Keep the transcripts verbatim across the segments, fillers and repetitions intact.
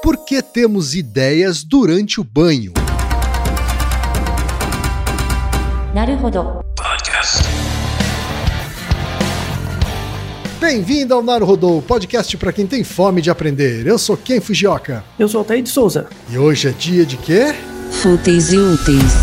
Por que temos ideias durante o banho? Naruhodo. Bem-vindo ao Naruhodo, podcast para quem tem fome de aprender. Eu sou Ken Fujioka. Eu sou Altair de Souza. E hoje é dia de quê? Fúteis e úteis.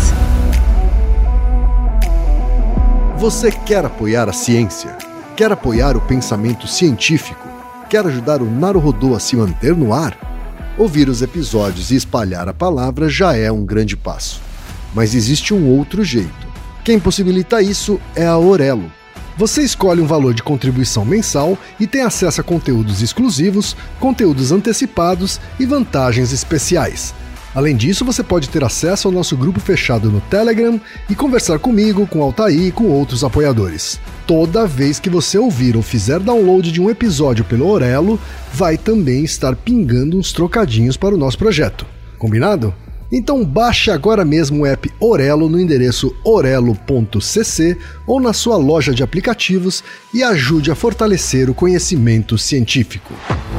Você quer apoiar a ciência? Quer apoiar o pensamento científico? Quer ajudar o Naruhodo a se manter no ar? Ouvir os episódios e espalhar a palavra já é um grande passo. Mas existe um outro jeito. Quem possibilita isso é a Orelo. Você escolhe um valor de contribuição mensal e tem acesso a conteúdos exclusivos, conteúdos antecipados e vantagens especiais. Além disso, você pode ter acesso ao nosso grupo fechado no Telegram e conversar comigo, com Altair e com outros apoiadores. Toda vez que você ouvir ou fizer download de um episódio pelo Orelo, vai também estar pingando uns trocadinhos para o nosso projeto. Combinado? Então baixe agora mesmo o app Orelo no endereço orelo ponto c c ou na sua loja de aplicativos e ajude a fortalecer o conhecimento científico.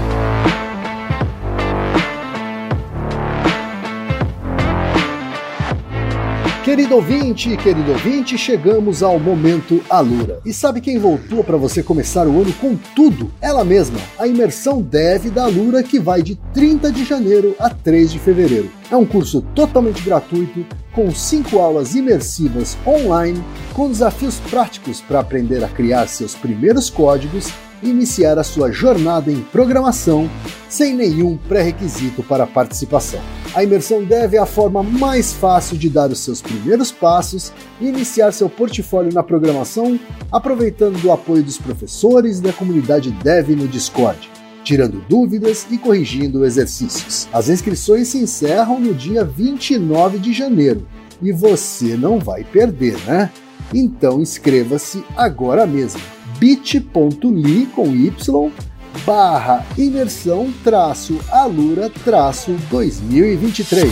Querido ouvinte, querido ouvinte, chegamos ao momento Alura. E sabe quem voltou para você começar o ano com tudo? Ela mesma, a imersão Dev da Alura, que vai de trinta de janeiro a três de fevereiro. É um curso totalmente gratuito, com cinco aulas imersivas online, com desafios práticos para aprender a criar seus primeiros códigos e iniciar a sua jornada em programação sem nenhum pré-requisito para participação. A imersão Dev é a forma mais fácil de dar os seus primeiros passos e iniciar seu portfólio na programação, aproveitando do apoio dos professores e da comunidade Dev no Discord, tirando dúvidas e corrigindo exercícios. As inscrições se encerram no dia vinte e nove de janeiro e você não vai perder, né? Então inscreva-se agora mesmo. bit.ly com y barra imersão traço alura traço dois mil e vinte e três.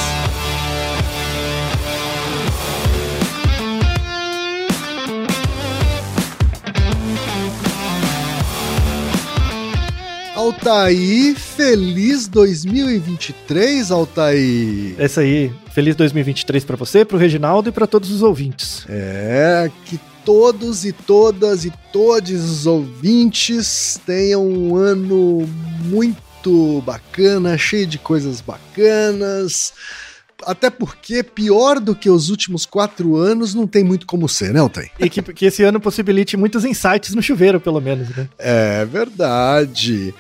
Altair, feliz dois mil e vinte e três, Altair. É isso aí, feliz dois mil e vinte e três para você, para o Reginaldo e para todos os ouvintes. É, que todos e todas e todos os ouvintes tenham um ano muito bacana, cheio de coisas bacanas, até porque pior do que os últimos quatro anos não tem muito como ser, né, Altair? E que, que esse ano possibilite muitos insights no chuveiro, pelo menos, né? É verdade.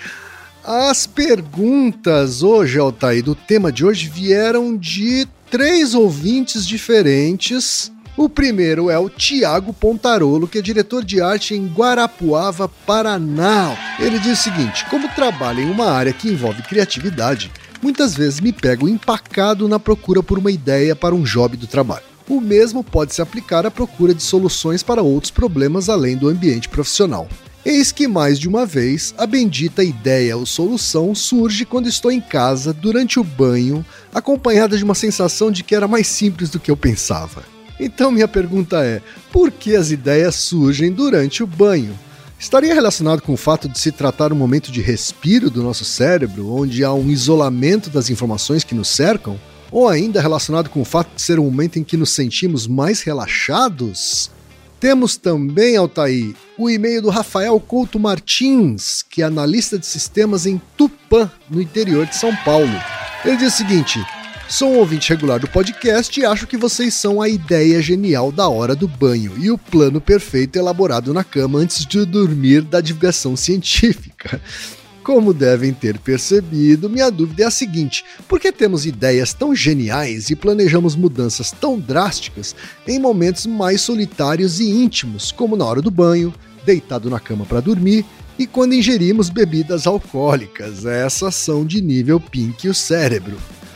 As perguntas hoje, Altair, do tema de hoje vieram de três ouvintes diferentes. O primeiro é o Tiago Pontarolo, que é diretor de arte em Guarapuava, Paraná. Ele diz o seguinte: como trabalho em uma área que envolve criatividade, muitas vezes me pego empacado na procura por uma ideia para um job do trabalho. O mesmo pode se aplicar à procura de soluções para outros problemas além do ambiente profissional. Eis que mais de uma vez a bendita ideia ou solução surge quando estou em casa, durante o banho, acompanhada de uma sensação de que era mais simples do que eu pensava. Então minha pergunta é, por que as ideias surgem durante o banho? Estaria relacionado com o fato de se tratar um momento de respiro do nosso cérebro, onde há um isolamento das informações que nos cercam? Ou ainda relacionado com o fato de ser um momento em que nos sentimos mais relaxados? Temos também, Altair, o e-mail do Rafael Couto Martins, que é analista de sistemas em Tupã, no interior de São Paulo. Ele diz o seguinte: sou um ouvinte regular do podcast e acho que vocês são a ideia genial da hora do banho e o plano perfeito elaborado na cama antes de dormir da divulgação científica. Como devem ter percebido, minha dúvida é a seguinte: por que temos ideias tão geniais e planejamos mudanças tão drásticas em momentos mais solitários e íntimos, como na hora do banho, deitado na cama para dormir e quando ingerimos bebidas alcoólicas? Essas são de nível pink o cérebro.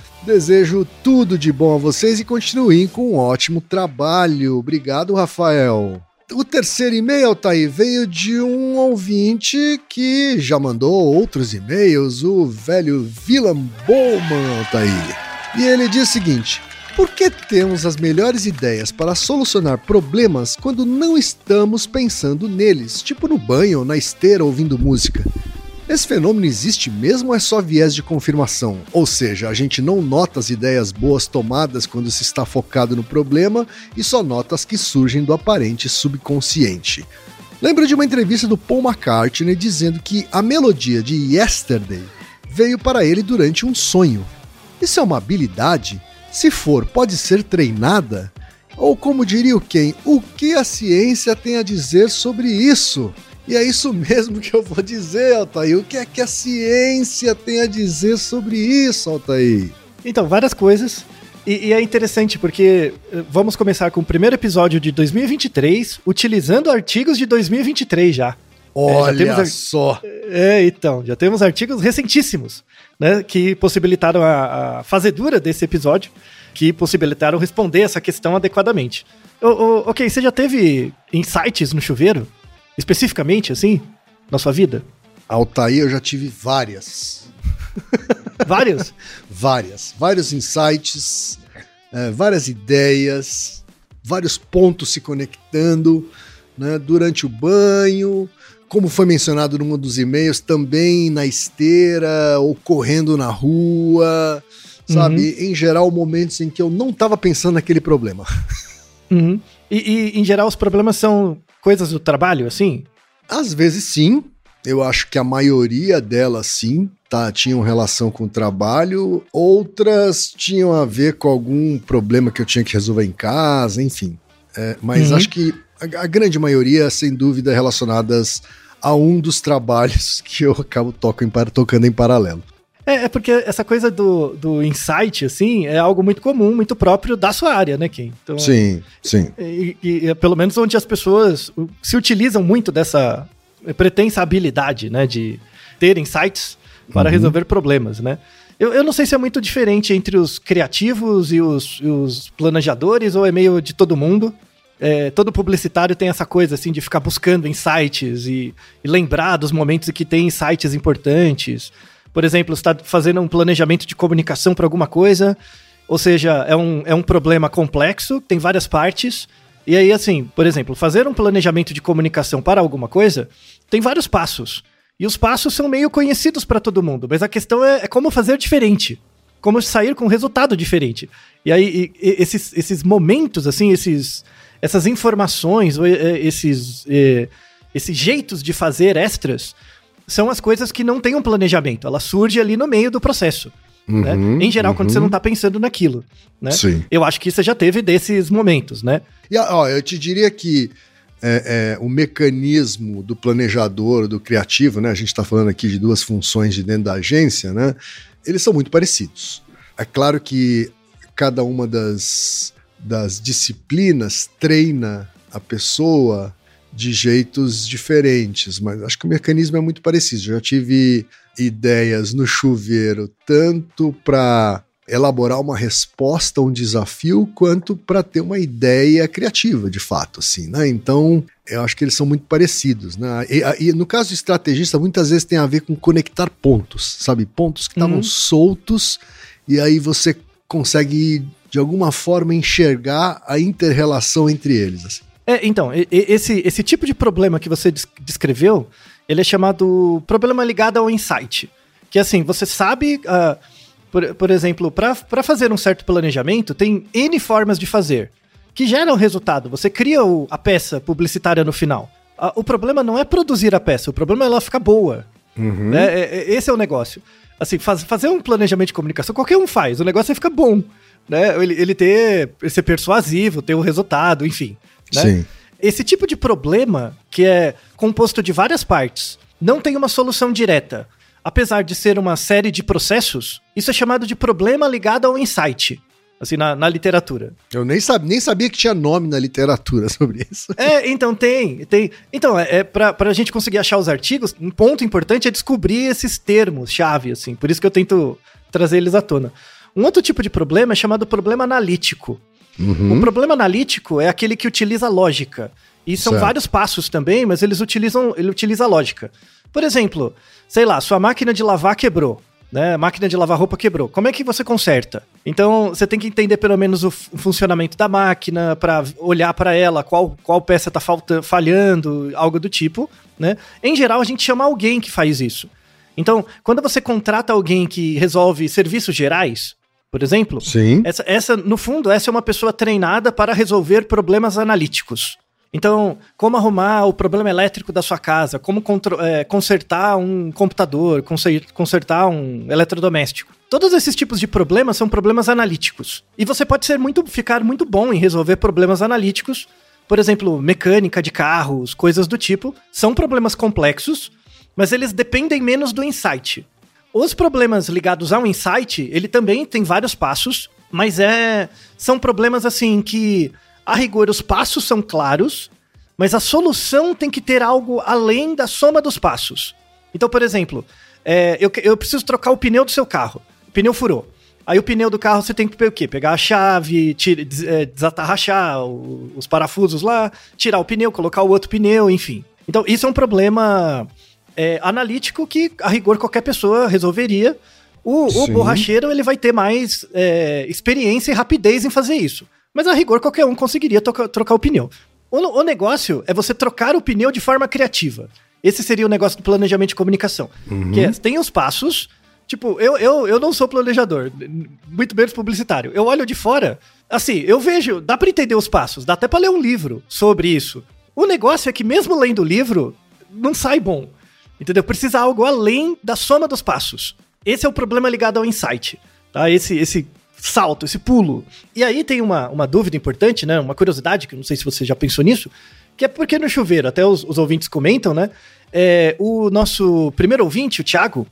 Desejo tudo de bom a vocês e continuem com um ótimo trabalho. Obrigado, Rafael. O terceiro e-mail, Altair, veio de um ouvinte que já mandou outros e-mails, o velho Willem Bowman, Altair. E ele diz o seguinte: por que temos as melhores ideias para solucionar problemas quando não estamos pensando neles, tipo no banho ou na esteira ouvindo música? Esse fenômeno existe mesmo ou é só viés de confirmação? Ou seja, a gente não nota as ideias boas tomadas quando se está focado no problema e só nota as que surgem do aparente subconsciente. Lembro de uma entrevista do Paul McCartney dizendo que a melodia de Yesterday veio para ele durante um sonho. Isso é uma habilidade? Se for, pode ser treinada? Ou como diria o Ken, o que a ciência tem a dizer sobre isso? E é isso mesmo que eu vou dizer, Altair. O que é que a ciência tem a dizer sobre isso, Altair? Então, várias coisas. E, e é interessante porque vamos começar com o primeiro episódio de dois mil e vinte e três, utilizando artigos de dois mil e vinte e três já. Olha é, já temos, só! É, então, já temos artigos recentíssimos, né, que possibilitaram a, a fazedura desse episódio, que possibilitaram responder essa questão adequadamente. O, o, ok, você já teve insights no chuveiro? Especificamente, assim, na sua vida? Altair, eu já tive várias. Vários? Várias. Vários insights, é, várias ideias, vários pontos se conectando, né, durante o banho, como foi mencionado num dos e-mails, também na esteira ou correndo na rua, sabe? Uhum. Em geral, momentos em que eu não estava pensando naquele problema. Uhum. E, e, em geral, os problemas são coisas do trabalho, assim? Às vezes, sim. Eu acho que a maioria delas, sim, tá, tinham relação com o trabalho. Outras tinham a ver com algum problema que eu tinha que resolver em casa, enfim. É, mas uhum. acho que a, a grande maioria, sem dúvida, relacionadas a um dos trabalhos que eu acabo toco em, tocando em paralelo. É, é porque essa coisa do, do insight, assim, é algo muito comum, muito próprio da sua área, né, Ken? Então, sim, sim. E, e, e pelo menos onde as pessoas se utilizam muito dessa pretensa habilidade, né, de ter insights para uhum. resolver problemas, né? Eu, eu não sei se é muito diferente entre os criativos e os, e os planejadores, ou é meio de todo mundo. É, todo publicitário tem essa coisa, assim, de ficar buscando insights e, e lembrar dos momentos em que tem insights importantes. Por exemplo, você está fazendo um planejamento de comunicação para alguma coisa, ou seja, é um, é um problema complexo, tem várias partes, e aí, assim, por exemplo, fazer um planejamento de comunicação para alguma coisa tem vários passos, e os passos são meio conhecidos para todo mundo, mas a questão é, é como fazer diferente, como sair com um resultado diferente. E aí, e, e, esses, esses momentos, assim, esses, essas informações, esses, e, esses jeitos de fazer extras, são as coisas que não têm um planejamento. Ela surge ali no meio do processo. Uhum, né? Em geral, uhum. quando você não tá pensando naquilo. Né? Sim. Eu acho que você já teve desses momentos, né? E, ó, eu te diria que é, é, o mecanismo do planejador, do criativo, né? A gente tá falando aqui de duas funções de dentro da agência, né? Eles são muito parecidos. É claro que cada uma das, das disciplinas treina a pessoa de jeitos diferentes, mas acho que o mecanismo é muito parecido. Já tive ideias no chuveiro, tanto para elaborar uma resposta a um desafio, quanto para ter uma ideia criativa, de fato, assim, né? Então, eu acho que eles são muito parecidos, né? E, e no caso do estrategista, muitas vezes tem a ver com conectar pontos, sabe? Pontos que estavam uhum. soltos, e aí você consegue, de alguma forma, enxergar a inter-relação entre eles, assim. É, então, esse, esse tipo de problema que você descreveu, ele é chamado problema ligado ao insight. Que assim, você sabe, uh, por, por exemplo, para fazer um certo planejamento, tem N formas de fazer, que geram resultado. Você cria o, a peça publicitária no final. Uh, o problema não é produzir a peça, o problema é ela ficar boa. Uhum. Né? É, é, esse é o negócio. Assim, faz, fazer um planejamento de comunicação, qualquer um faz, o negócio é ficar bom. Né? Ele, ele ter, ser persuasivo, ter o resultado, enfim. Né? Sim. Esse tipo de problema, que é composto de várias partes, não tem uma solução direta. Apesar de ser uma série de processos, isso é chamado de problema ligado ao insight, assim, na, na literatura. Eu nem, sab, nem sabia que tinha nome na literatura sobre isso. É, então tem. tem. Então, é, é pra, pra gente conseguir achar os artigos, um ponto importante é descobrir esses termos-chave, assim, por isso que eu tento trazer eles à tona. Um outro tipo de problema é chamado problema analítico. Uhum. O problema analítico é aquele que utiliza lógica. E são certo. Vários passos também, mas eles utilizam, ele utiliza lógica. Por exemplo, sei lá, sua máquina de lavar quebrou, né? A máquina de lavar roupa quebrou. Como é que você conserta? Então, você tem que entender pelo menos o, f- o funcionamento da máquina, para olhar para ela, qual, qual peça tá falta, falhando, algo do tipo, né? Em geral, a gente chama alguém que faz isso. Então, quando você contrata alguém que resolve serviços gerais, por exemplo, Sim. Essa, essa, no fundo, essa é uma pessoa treinada para resolver problemas analíticos. Então, como arrumar o problema elétrico da sua casa, como contro- é, consertar um computador, conser- consertar um eletrodoméstico. Todos esses tipos de problemas são problemas analíticos. E você pode ser muito, ficar muito bom em resolver problemas analíticos. Por exemplo, mecânica de carros, coisas do tipo. São problemas complexos, mas eles dependem menos do insight. Os problemas ligados ao insight, ele também tem vários passos, mas é, são problemas assim que, a rigor, os passos são claros, mas a solução tem que ter algo além da soma dos passos. Então, por exemplo, é, eu, eu preciso trocar o pneu do seu carro. O pneu furou. Aí o pneu do carro você tem que o quê? Pegar a chave, tira, des, é, desatarrachar o, os parafusos lá, tirar o pneu, colocar o outro pneu, enfim. Então, isso é um problema... É, analítico que, a rigor, qualquer pessoa resolveria. O, o borracheiro, ele vai ter mais é, experiência e rapidez em fazer isso. Mas, a rigor, qualquer um conseguiria toca, trocar o pneu. O, o negócio é você trocar o pneu de forma criativa. Esse seria o negócio do planejamento de comunicação. Uhum. Que é, tem os passos... Tipo, eu, eu, eu não sou planejador, muito menos publicitário. Eu olho de fora, assim, eu vejo... Dá pra entender os passos, dá até pra ler um livro sobre isso. O negócio é que, mesmo lendo o livro, não sai bom. Entendeu? Precisa algo além da soma dos passos. Esse é o problema ligado ao insight, tá? Esse, esse salto, esse pulo. E aí tem uma, uma dúvida importante, né? Uma curiosidade, que eu não sei se você já pensou nisso, que é porque no chuveiro, até os, os ouvintes comentam, né? É, o nosso primeiro ouvinte, o Thiago,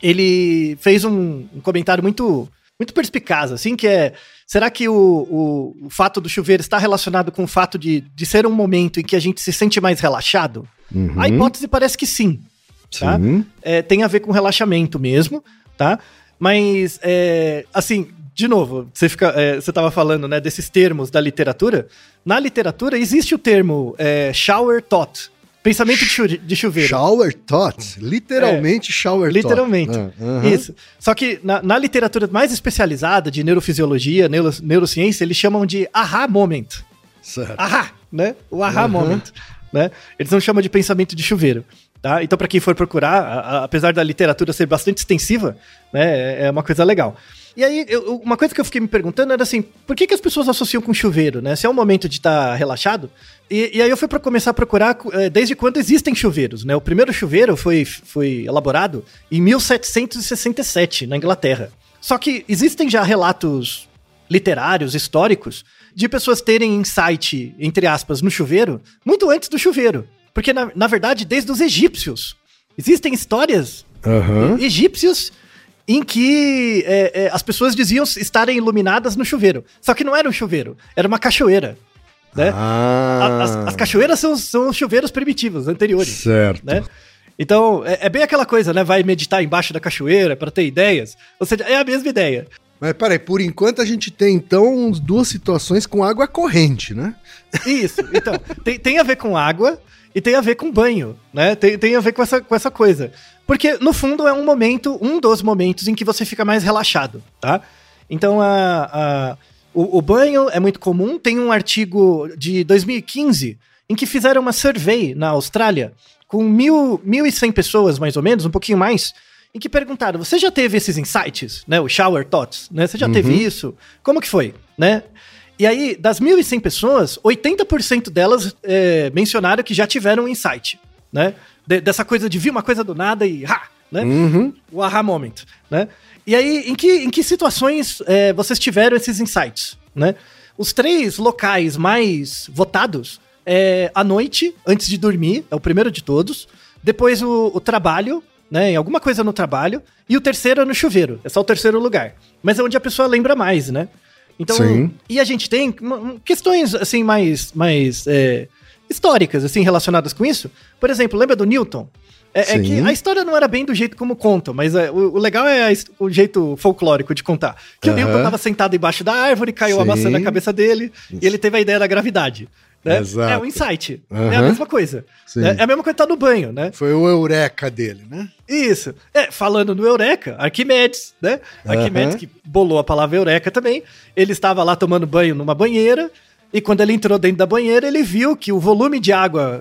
ele fez um, um comentário muito, muito perspicaz, assim, que é... Será que o, o, o fato do chuveiro está relacionado com o fato de, de ser um momento em que a gente se sente mais relaxado? Uhum. A hipótese parece que sim. Tá? É, tem a ver com relaxamento mesmo, tá? Mas, é, assim, de novo, você fica, é, você estava falando, né, desses termos da literatura. Na literatura existe o termo é, shower thought, pensamento de, chu- de chuveiro. Shower thought? Literalmente é, shower literalmente. thought. Literalmente. Uh, uh-huh. Isso. Só que na, na literatura mais especializada de neurofisiologia, neuro, neurociência, eles chamam de aha moment. Certo. Aha, né? O aha uh-huh. moment. Né? Eles não chamam de pensamento de chuveiro. Tá? Então, para quem for procurar, a, a, apesar da literatura ser bastante extensiva, né, é uma coisa legal. E aí, eu, uma coisa que eu fiquei me perguntando era assim, por que, que as pessoas associam com chuveiro, né? Se é um momento de estar tá relaxado. E, e aí eu fui para começar a procurar é, desde quando existem chuveiros, né? O primeiro chuveiro foi, foi elaborado em mil setecentos e sessenta e sete, na Inglaterra. Só que existem já relatos literários, históricos, de pessoas terem insight, entre aspas, no chuveiro, muito antes do chuveiro. Porque, na, na verdade, desde os egípcios. Existem histórias uhum. egípcios em que é, é, as pessoas diziam estarem iluminadas no chuveiro. Só que não era um chuveiro, era uma cachoeira. Né? Ah. As, as cachoeiras são, são os chuveiros primitivos, anteriores. Certo. Né? Então, é, é bem aquela coisa, né? Vai meditar embaixo da cachoeira para ter ideias. Ou seja, é a mesma ideia. Mas peraí, por enquanto a gente tem, então, duas situações com água corrente, né? Isso, então, tem, tem a ver com água... E tem a ver com banho, né? Tem, tem a ver com essa, com essa coisa. Porque, no fundo, é um momento, um dos momentos em que você fica mais relaxado, tá? Então, a, a, o, o banho é muito comum. Tem um artigo de dois mil e quinze em que fizeram uma survey na Austrália com mil, mil e cem pessoas, mais ou menos, um pouquinho mais, em que perguntaram, você já teve esses insights, né? O shower thoughts, né? Você já uhum. teve isso? Como que foi, né? E aí, das mil e cem pessoas, oitenta por cento delas é, mencionaram que já tiveram um insight, né? De, dessa coisa de vir uma coisa do nada e ha, né? Uhum. O aha moment, né? E aí, em que, em que situações é, vocês tiveram esses insights, né? Os três locais mais votados é à noite, antes de dormir, é o primeiro de todos. Depois o, o trabalho, né? Em alguma coisa no trabalho. E o terceiro é no chuveiro, é só o terceiro lugar. Mas é onde a pessoa lembra mais, né? Então, sim. E a gente tem questões, assim, mais, mais é, históricas, assim, relacionadas com isso. Por exemplo, lembra do Newton? É, é que a história não era bem do jeito como contam, mas é, o, o legal é a, o jeito folclórico de contar. Que uhum. o Newton estava sentado embaixo da árvore, caiu sim. a maçã na cabeça dele, isso. e ele teve a ideia da gravidade. Né? Exato. É um insight. Uhum. É a mesma coisa. É, é a mesma coisa que tá no banho, né? Foi o eureka dele, né? Isso. É, falando no eureka, Arquimedes, né? Arquimedes, uhum. que bolou a palavra eureka também. Ele estava lá tomando banho numa banheira, e quando ele entrou dentro da banheira, ele viu que o volume de água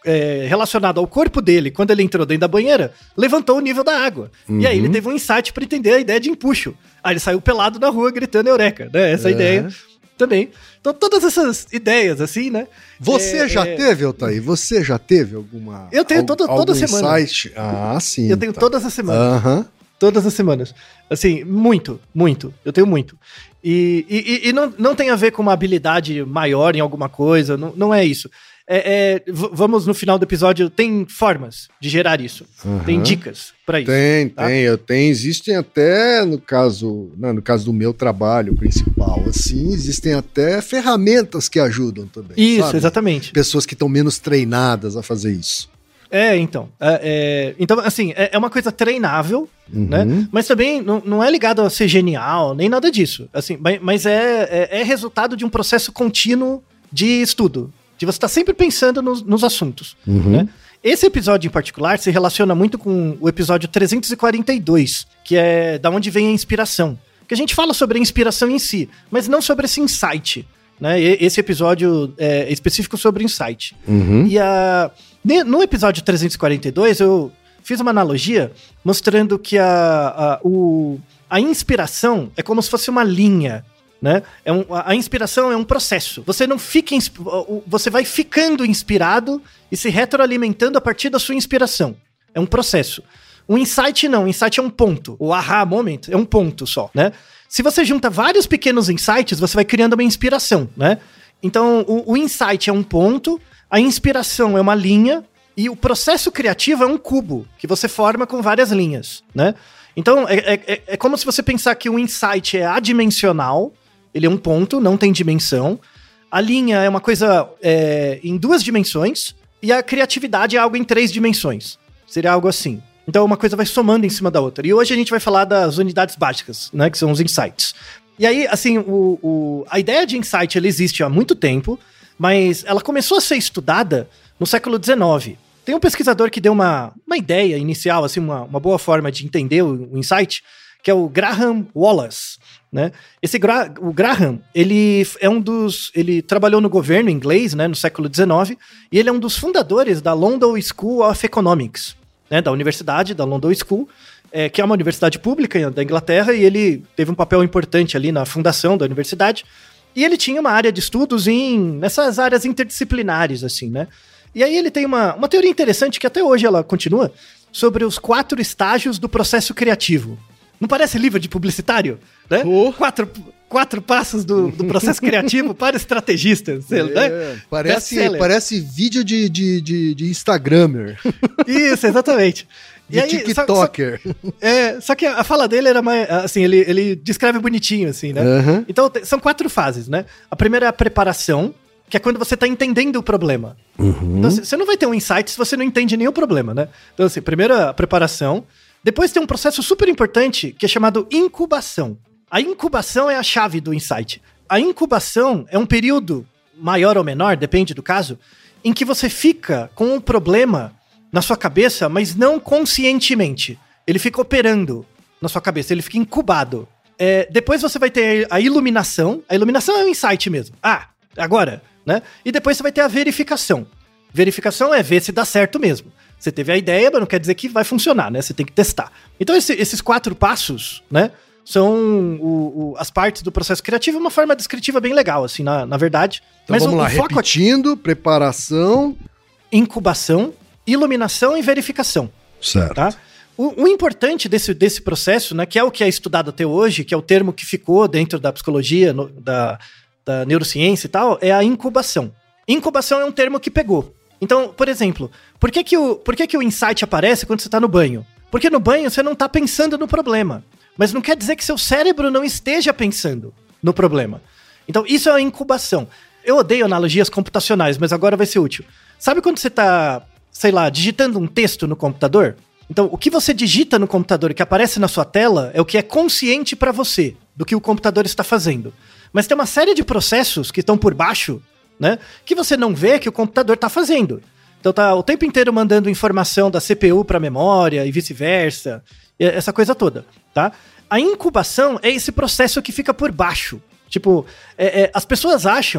é, relacionado ao corpo dele, quando ele entrou dentro da banheira, levantou o nível da água. Uhum. E aí ele teve um insight para entender a ideia de empuxo. Aí ele saiu pelado na rua gritando eureka, né? Essa é. ideia também. Então todas essas ideias, assim, né? Você é, já é... teve, Altair? Você já teve alguma... Eu tenho toda, toda semana. Insight? Ah, sim. Eu tenho tá. todas as semanas. Aham. Uhum. Todas as semanas. Assim, muito, muito. Eu tenho muito. E, e, e não, não tem a ver com uma habilidade maior em alguma coisa, não, não é isso. É, é, v- vamos no final do episódio, tem formas de gerar isso. Uhum. Tem dicas para isso. Tem, tá? tem. Eu tenho, existem até, no caso, não, no caso do meu trabalho principal, assim, existem até ferramentas que ajudam também. Isso, sabe? Exatamente. Pessoas que estão menos treinadas a fazer isso. É, então. É, é, então, assim, é, é uma coisa treinável, Uhum. né? Mas também não, não é ligado a ser genial, nem nada disso. Assim, mas mas é, é, é resultado de um processo contínuo de estudo. De você estar sempre pensando nos, nos assuntos. Uhum. Né? Esse episódio em particular se relaciona muito com o episódio trezentos e quarenta e dois, que é da onde vem a inspiração. Que a gente fala sobre a inspiração em si, mas não sobre esse insight. Né? Esse episódio é específico sobre insight. Uhum. E a, no episódio trezentos e quarenta e dois, eu fiz uma analogia mostrando que a, a, o, a inspiração é como se fosse uma linha. Né? É um, a inspiração é um processo. Você não fica, você vai ficando inspirado e se retroalimentando a partir da sua inspiração. É um processo. O insight não, o insight é um ponto. O aha moment é um ponto só, né? Se você junta vários pequenos insights, você vai criando uma inspiração, né? Então, o, o insight é um ponto, a inspiração é uma linha e o processo criativo é um cubo que você forma com várias linhas, né? Então, é, é, é como se você pensar que o insight é adimensional. Ele é um ponto, não tem dimensão. A linha é uma coisa é, em duas dimensões e a criatividade é algo em três dimensões. Seria algo assim. Então uma coisa vai somando em cima da outra. E hoje a gente vai falar das unidades básicas, né, que são os insights. E aí, assim, o, o, a ideia de insight ela existe há muito tempo, mas ela começou a ser estudada no século dezenove. Tem um pesquisador que deu uma, uma ideia inicial, assim, uma, uma boa forma de entender o, o insight, que é o Graham Wallace. Né? Esse Gra- o Graham, ele é um dos, ele trabalhou no governo inglês, né, no século dezenove, e ele é um dos fundadores da London School of Economics, né, da Universidade da London School, é, que é uma universidade pública da Inglaterra, e ele teve um papel importante ali na fundação da universidade, e ele tinha uma área de estudos em, nessas áreas interdisciplinares, assim, né? E aí ele tem uma, uma teoria interessante, que até hoje ela continua, sobre os quatro estágios do processo criativo. Não parece livro de publicitário? Né? Oh. Quatro, quatro passos do, do processo criativo para estrategistas. É, né? parece, parece vídeo de, de, de, de Instagrammer. Isso, exatamente. De aí, TikToker. Só, só, é, só que a fala dele era mais, assim, ele, ele descreve bonitinho, assim, né? Uhum. Então, são quatro fases, né? A primeira é a preparação, que é quando você está entendendo o problema. Uhum. Então, você não vai ter um insight se você não entende nem o problema, né? Então, assim, primeiro a preparação. Depois tem um processo super importante que é chamado incubação. A incubação é a chave do insight. A incubação é um período maior ou menor, depende do caso, em que você fica com um problema na sua cabeça, mas não conscientemente. Ele fica operando na sua cabeça, ele fica incubado. É, depois você vai ter a iluminação. A iluminação é um insight mesmo. Ah, agora, né? E depois você vai ter a verificação. Verificação é ver se dá certo mesmo. Você teve a ideia, mas não quer dizer que vai funcionar, né? Você tem que testar. Então, esse, esses quatro passos, né? São o, o, as partes do processo criativo, uma forma descritiva bem legal, assim, na, na verdade. Então, mas vamos o, lá, o foco repetindo, aqui, preparação... Incubação, iluminação e verificação. Certo. Tá? O, o importante desse, desse processo, né? Que é o que é estudado até hoje, que é o termo que ficou dentro da psicologia, no, da, da neurociência e tal, é a incubação. Incubação é um termo que pegou. Então, por exemplo, por que que o, por que que o insight aparece quando você está no banho? Porque no banho você não está pensando no problema. Mas não quer dizer que seu cérebro não esteja pensando no problema. Então, isso é a incubação. Eu odeio analogias computacionais, mas agora vai ser útil. Sabe quando você está, sei lá, digitando um texto no computador? Então, o que você digita no computador e que aparece na sua tela é o que é consciente para você do que o computador está fazendo. Mas tem uma série de processos que estão por baixo, né, que você não vê que o computador está fazendo. Então tá o tempo inteiro mandando informação da C P U para a memória e vice-versa, essa coisa toda, tá? A incubação é esse processo que fica por baixo. Tipo, é, é, as pessoas acham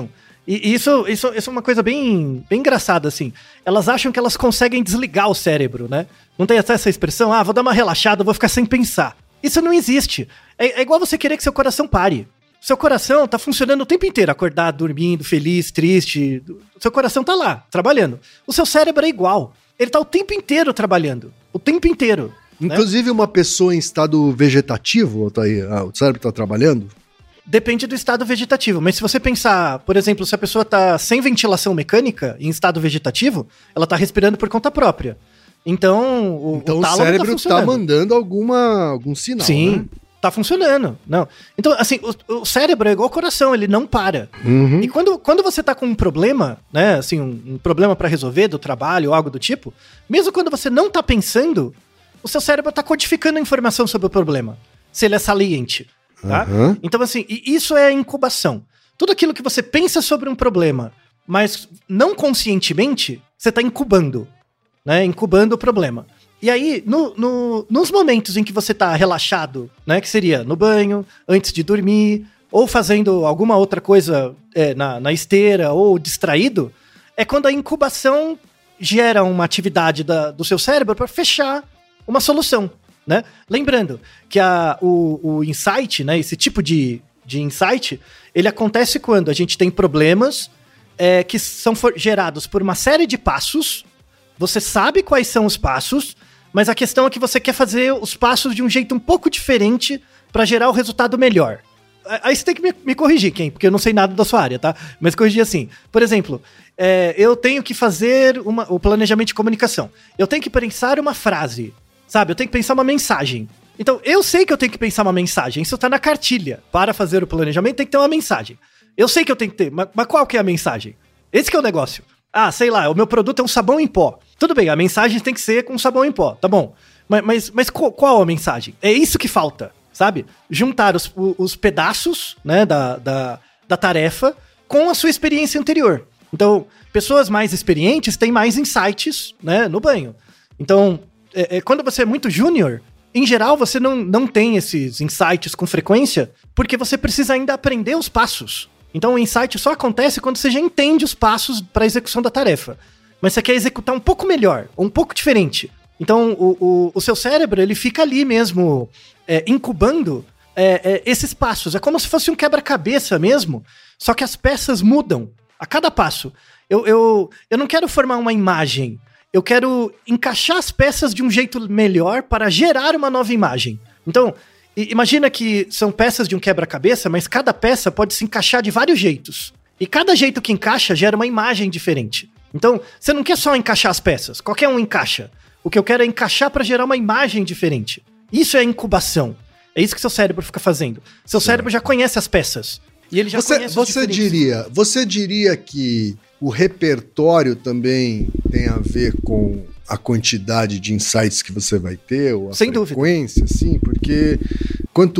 E isso, isso, isso é uma coisa bem, bem engraçada, assim. Elas acham que elas conseguem desligar o cérebro, né? Não tem até essa expressão, ah, vou dar uma relaxada, vou ficar sem pensar. Isso não existe. É, é igual você querer que seu coração pare. Seu coração tá funcionando o tempo inteiro, acordado, dormindo, feliz, triste. Seu coração tá lá, trabalhando. O seu cérebro é igual. Ele tá o tempo inteiro trabalhando. O tempo inteiro. Inclusive, né? Uma pessoa em estado vegetativo, tá aí, ah, o cérebro tá trabalhando? Depende do estado vegetativo, mas se você pensar, por exemplo, se a pessoa tá sem ventilação mecânica, em estado vegetativo, ela tá respirando por conta própria. Então, o, então, o, o cérebro tá, tá mandando alguma, algum sinal, Sim, né? Tá funcionando. Não. Então, assim, o, o cérebro é igual ao coração, ele não para. Uhum. E quando, quando você tá com um problema, né, assim, um, um problema pra resolver do trabalho ou algo do tipo, mesmo quando você não tá pensando, o seu cérebro tá codificando a informação sobre o problema, se ele é saliente. Tá? Uhum. Então, assim, isso é a incubação. Tudo aquilo que você pensa sobre um problema, mas não conscientemente, você está incubando, né? Incubando o problema. E aí, no, no, nos momentos em que você está relaxado, né? Que seria no banho, antes de dormir, ou fazendo alguma outra coisa é, na, na esteira, ou distraído, é quando a incubação gera uma atividade da, do seu cérebro para fechar uma solução. Né? Lembrando que a, o, o insight, né, esse tipo de, de insight, ele acontece quando a gente tem problemas é, que são for, gerados por uma série de passos, você sabe quais são os passos, mas a questão é que você quer fazer os passos de um jeito um pouco diferente para gerar o resultado melhor. Aí você tem que me, me corrigir, Ken, porque eu não sei nada da sua área, tá? Mas corrigir assim, por exemplo, é, eu tenho que fazer uma, o planejamento de comunicação, eu tenho que pensar uma frase, sabe, eu tenho que pensar uma mensagem. Então, eu sei que eu tenho que pensar uma mensagem. Isso tá na cartilha. Para fazer o planejamento, tem que ter uma mensagem. Eu sei que eu tenho que ter, mas, mas qual que é a mensagem? Esse que é o negócio. Ah, sei lá, o meu produto é um sabão em pó. Tudo bem, a mensagem tem que ser com sabão em pó, tá bom. Mas, mas, mas qual, qual a mensagem? É isso que falta, sabe? Juntar os, os pedaços, né, da, da, da tarefa com a sua experiência anterior. Então, pessoas mais experientes têm mais insights, né, no banho. Então, É, é, quando você é muito júnior, em geral você não, não tem esses insights com frequência, porque você precisa ainda aprender os passos. Então o insight só acontece quando você já entende os passos para a execução da tarefa. Mas você quer executar um pouco melhor, ou um pouco diferente. Então o, o, o seu cérebro, ele fica ali mesmo, é, incubando é, é, esses passos. É como se fosse um quebra-cabeça mesmo, só que as peças mudam a cada passo. Eu, eu, eu não quero formar uma imagem. Eu quero encaixar as peças de um jeito melhor para gerar uma nova imagem. Então, imagina que são peças de um quebra-cabeça, mas cada peça pode se encaixar de vários jeitos. E cada jeito que encaixa gera uma imagem diferente. Então, você não quer só encaixar as peças. Qualquer um encaixa. O que eu quero é encaixar para gerar uma imagem diferente. Isso é incubação. É isso que seu cérebro fica fazendo. Seu Sim. cérebro já conhece as peças. E ele já você, conhece os você diria, você diria que o repertório também tem a ver com a quantidade de insights que você vai ter, ou a Sem frequência, dúvida. Sim, porque quanto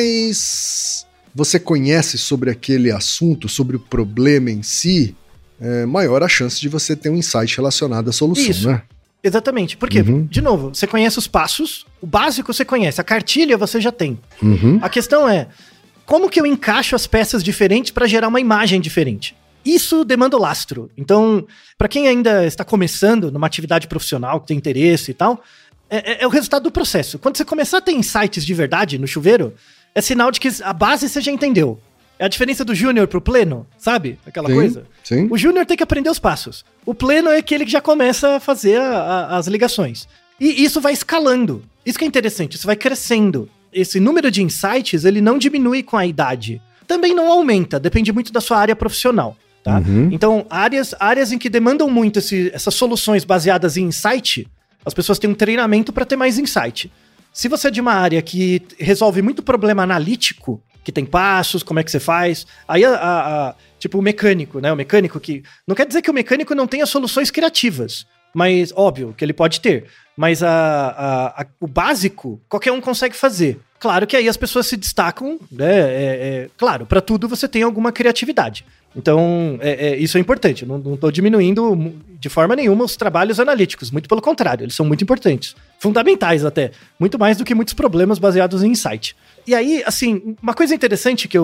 mais você conhece sobre aquele assunto, sobre o problema em si, é maior a chance de você ter um insight relacionado à solução, Isso. né? Exatamente, porque, uhum. de novo, você conhece os passos, o básico você conhece, a cartilha você já tem. Uhum. A questão é, como que eu encaixo as peças diferentes para gerar uma imagem diferente? Isso demanda o lastro. Então, para quem ainda está começando numa atividade profissional, que tem interesse e tal, é, é o resultado do processo. Quando você começar a ter insights de verdade no chuveiro, é sinal de que a base você já entendeu. É a diferença do júnior pro pleno, sabe? Aquela sim, coisa. Sim. O júnior tem que aprender os passos. O pleno é aquele que já começa a fazer a, a, as ligações. E isso vai escalando. Isso que é interessante, isso vai crescendo. Esse número de insights, ele não diminui com a idade. Também não aumenta, depende muito da sua área profissional. Tá? Uhum. Então, áreas, áreas em que demandam muito esse, essas soluções baseadas em insight, as pessoas têm um treinamento para ter mais insight. Se você é de uma área que resolve muito problema analítico, que tem passos, como é que você faz, aí a, a, a, tipo o mecânico, né? O mecânico que... Não quer dizer que o mecânico não tenha soluções criativas, mas óbvio que ele pode ter. Mas a, a, a, o básico, qualquer um consegue fazer. Claro que aí as pessoas se destacam, né? É, é, claro, para tudo você tem alguma criatividade. Então, é, é, isso é importante. Eu não estou diminuindo de forma nenhuma os trabalhos analíticos. Muito pelo contrário, eles são muito importantes. Fundamentais até. Muito mais do que muitos problemas baseados em insight. E aí, assim, uma coisa interessante que eu,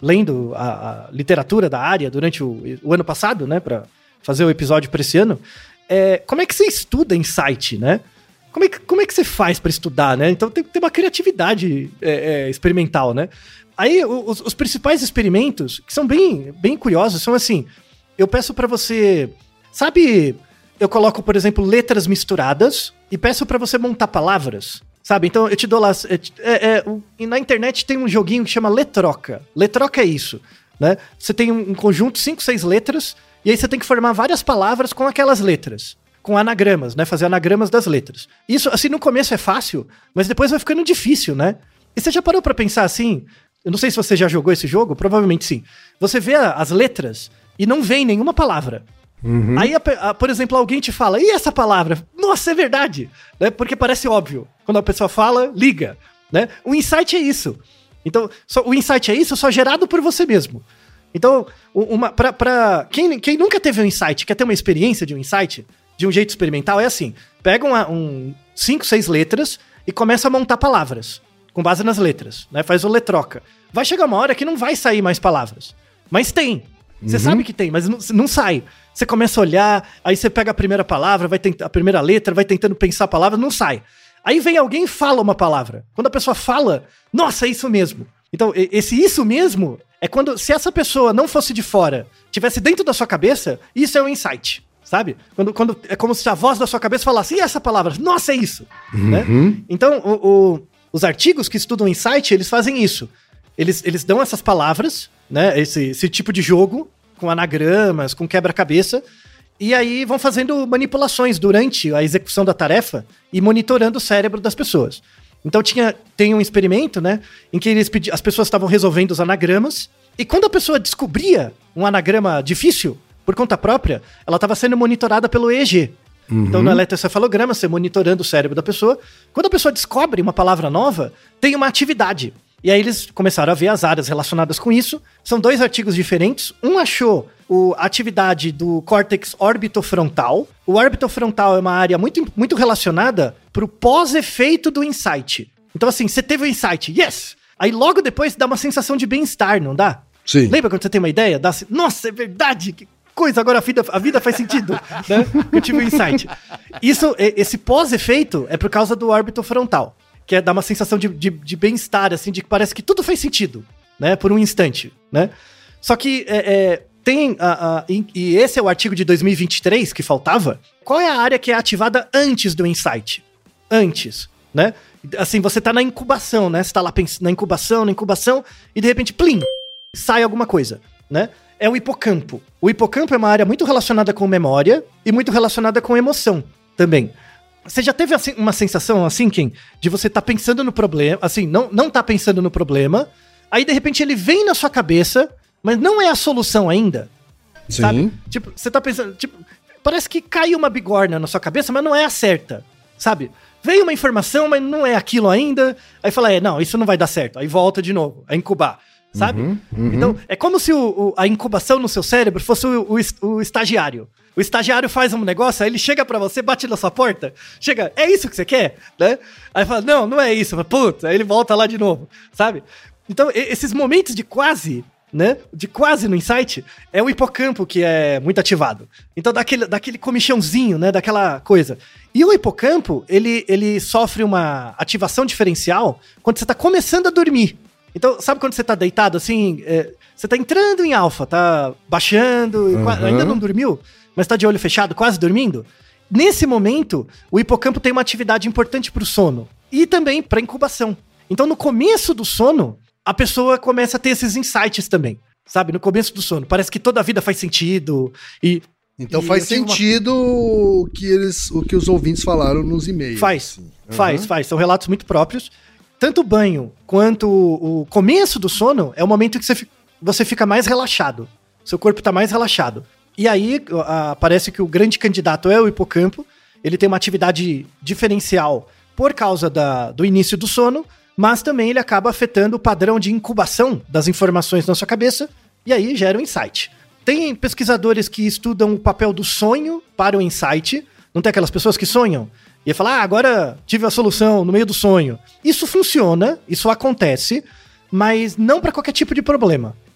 lendo a, a literatura da área durante o, o ano passado, né, para fazer o episódio para esse ano, é, como é que você estuda insight, né? Como é que, como é que você faz para estudar, né? Então tem que ter uma criatividade é, é, experimental, né? Aí os, os principais experimentos, que são bem, bem curiosos, são assim, eu peço para você, sabe, eu coloco, por exemplo, letras misturadas e peço para você montar palavras, sabe? Então eu te dou lá, é, é, é, na internet tem um joguinho que chama Letroca. Letroca é isso, né? Você tem um, um conjunto de cinco, seis letras e aí você tem que formar várias palavras com aquelas letras. Com anagramas, né? Fazer anagramas das letras. Isso, assim, no começo é fácil, mas depois vai ficando difícil, né? E você já parou pra pensar assim? Eu não sei se você já jogou esse jogo, provavelmente sim. Você vê a, as letras e não vem nenhuma palavra. Uhum. Aí, a, a, por exemplo, alguém te fala, e essa palavra? Nossa, é verdade! Né? Porque parece óbvio. Quando a pessoa fala, liga. Né? O insight é isso. Então, só, o insight é isso, só gerado por você mesmo. Então, uma, pra, pra, quem, quem nunca teve um insight, quer ter uma experiência de um insight, de um jeito experimental, é assim, pega uma, um cinco, seis letras e começa a montar palavras, com base nas letras, né? Faz o letroca. Vai chegar uma hora que não vai sair mais palavras, mas tem. Você uhum. sabe que tem, mas não, não sai. Você começa a olhar, aí você pega a primeira palavra, vai tent- a primeira letra, vai tentando pensar a palavra, não sai. Aí vem alguém e fala uma palavra. Quando a pessoa fala, nossa, é isso mesmo. Então, esse isso mesmo é quando, se essa pessoa não fosse de fora, tivesse dentro da sua cabeça, isso é um insight. Sabe? Quando, quando é como se a voz da sua cabeça falasse, e essa palavra? Nossa, é isso! Uhum. Né? Então, o, o, os artigos que estudam insight, eles fazem isso. Eles, eles dão essas palavras, né? Esse, esse tipo de jogo, com anagramas, com quebra-cabeça, e aí vão fazendo manipulações durante a execução da tarefa e monitorando o cérebro das pessoas. Então tinha, tem um experimento, né? Em que eles pedi, as pessoas estavam resolvendo os anagramas, e quando a pessoa descobria um anagrama difícil, por conta própria, ela estava sendo monitorada pelo E E G. Uhum. Então, no eletroencefalograma, você monitorando o cérebro da pessoa. Quando a pessoa descobre uma palavra nova, tem uma atividade. E aí eles começaram a ver as áreas relacionadas com isso. São dois artigos diferentes. Um achou o, a atividade do córtex orbitofrontal. O orbitofrontal é uma área muito, muito relacionada para o pós-efeito do insight. Então, assim, você teve o insight, yes! Aí logo depois dá uma sensação de bem-estar, não dá? Sim. Lembra quando você tem uma ideia? Dá assim, nossa, é verdade! Que coisa, agora a vida, a vida faz sentido, né? Eu tive um insight. Isso, esse pós-efeito é por causa do orbitofrontal, que é dar uma sensação de, de, de bem-estar, assim, de que parece que tudo faz sentido, né? Por um instante, né? Só que é, é, tem, a, a, e, e esse é o artigo de dois mil e vinte e três que faltava, qual é a área que é ativada antes do insight? Antes, né? Assim, você tá na incubação, né? Você tá lá na incubação, na incubação, e de repente, plim, sai alguma coisa, né? É o hipocampo. O hipocampo é uma área muito relacionada com memória e muito relacionada com emoção também. Você já teve assim, uma sensação assim, Kim, de você tá pensando no problema, assim, não, não tá pensando no problema, aí de repente ele vem na sua cabeça, mas não é a solução ainda? Sim. Sabe? Tipo, você tá pensando, tipo, parece que caiu uma bigorna na sua cabeça, mas não é a certa, sabe? Veio uma informação, mas não é aquilo ainda, aí fala, é, não, isso não vai dar certo, aí volta de novo, a incubar. Sabe? Uhum, uhum. Então, é como se o, o, a incubação no seu cérebro fosse o, o, o estagiário. O estagiário faz um negócio, aí ele chega pra você, bate na sua porta, chega, é isso que você quer? Né? Aí fala, não, não é isso. Fala, puta, aí ele volta lá de novo, sabe? Então, esses momentos de quase, né? De quase no insight, é o hipocampo que é muito ativado. Então, daquele, daquele comichãozinho, né? Daquela coisa. E o hipocampo, ele, ele sofre uma ativação diferencial quando você tá começando a dormir. Então, sabe quando você tá deitado, assim, é, você tá entrando em alfa, tá baixando, uhum. ainda não dormiu, mas tá de olho fechado, quase dormindo? Nesse momento, o hipocampo tem uma atividade importante pro sono e também pra incubação. Então, no começo do sono, a pessoa começa a ter esses insights também, sabe? No começo do sono. Parece que toda a vida faz sentido e... Então e faz sentido uma... o, que eles, o que os ouvintes falaram nos e-mails. Faz, assim. Uhum. faz, faz. São relatos muito próprios. Tanto o banho quanto o começo do sono é o momento que você, você fica mais relaxado. Seu corpo tá mais relaxado. E aí a, parece que o grande candidato é o hipocampo. Ele tem uma atividade diferencial por causa da, do início do sono, mas também ele acaba afetando o padrão de incubação das informações na sua cabeça, e aí gera um insight. Tem pesquisadores que estudam o papel do sonho para o insight. Não tem aquelas pessoas que sonham? E ia falar, ah, agora tive a solução no meio do sonho. Isso funciona, isso acontece, mas não para qualquer tipo de problema.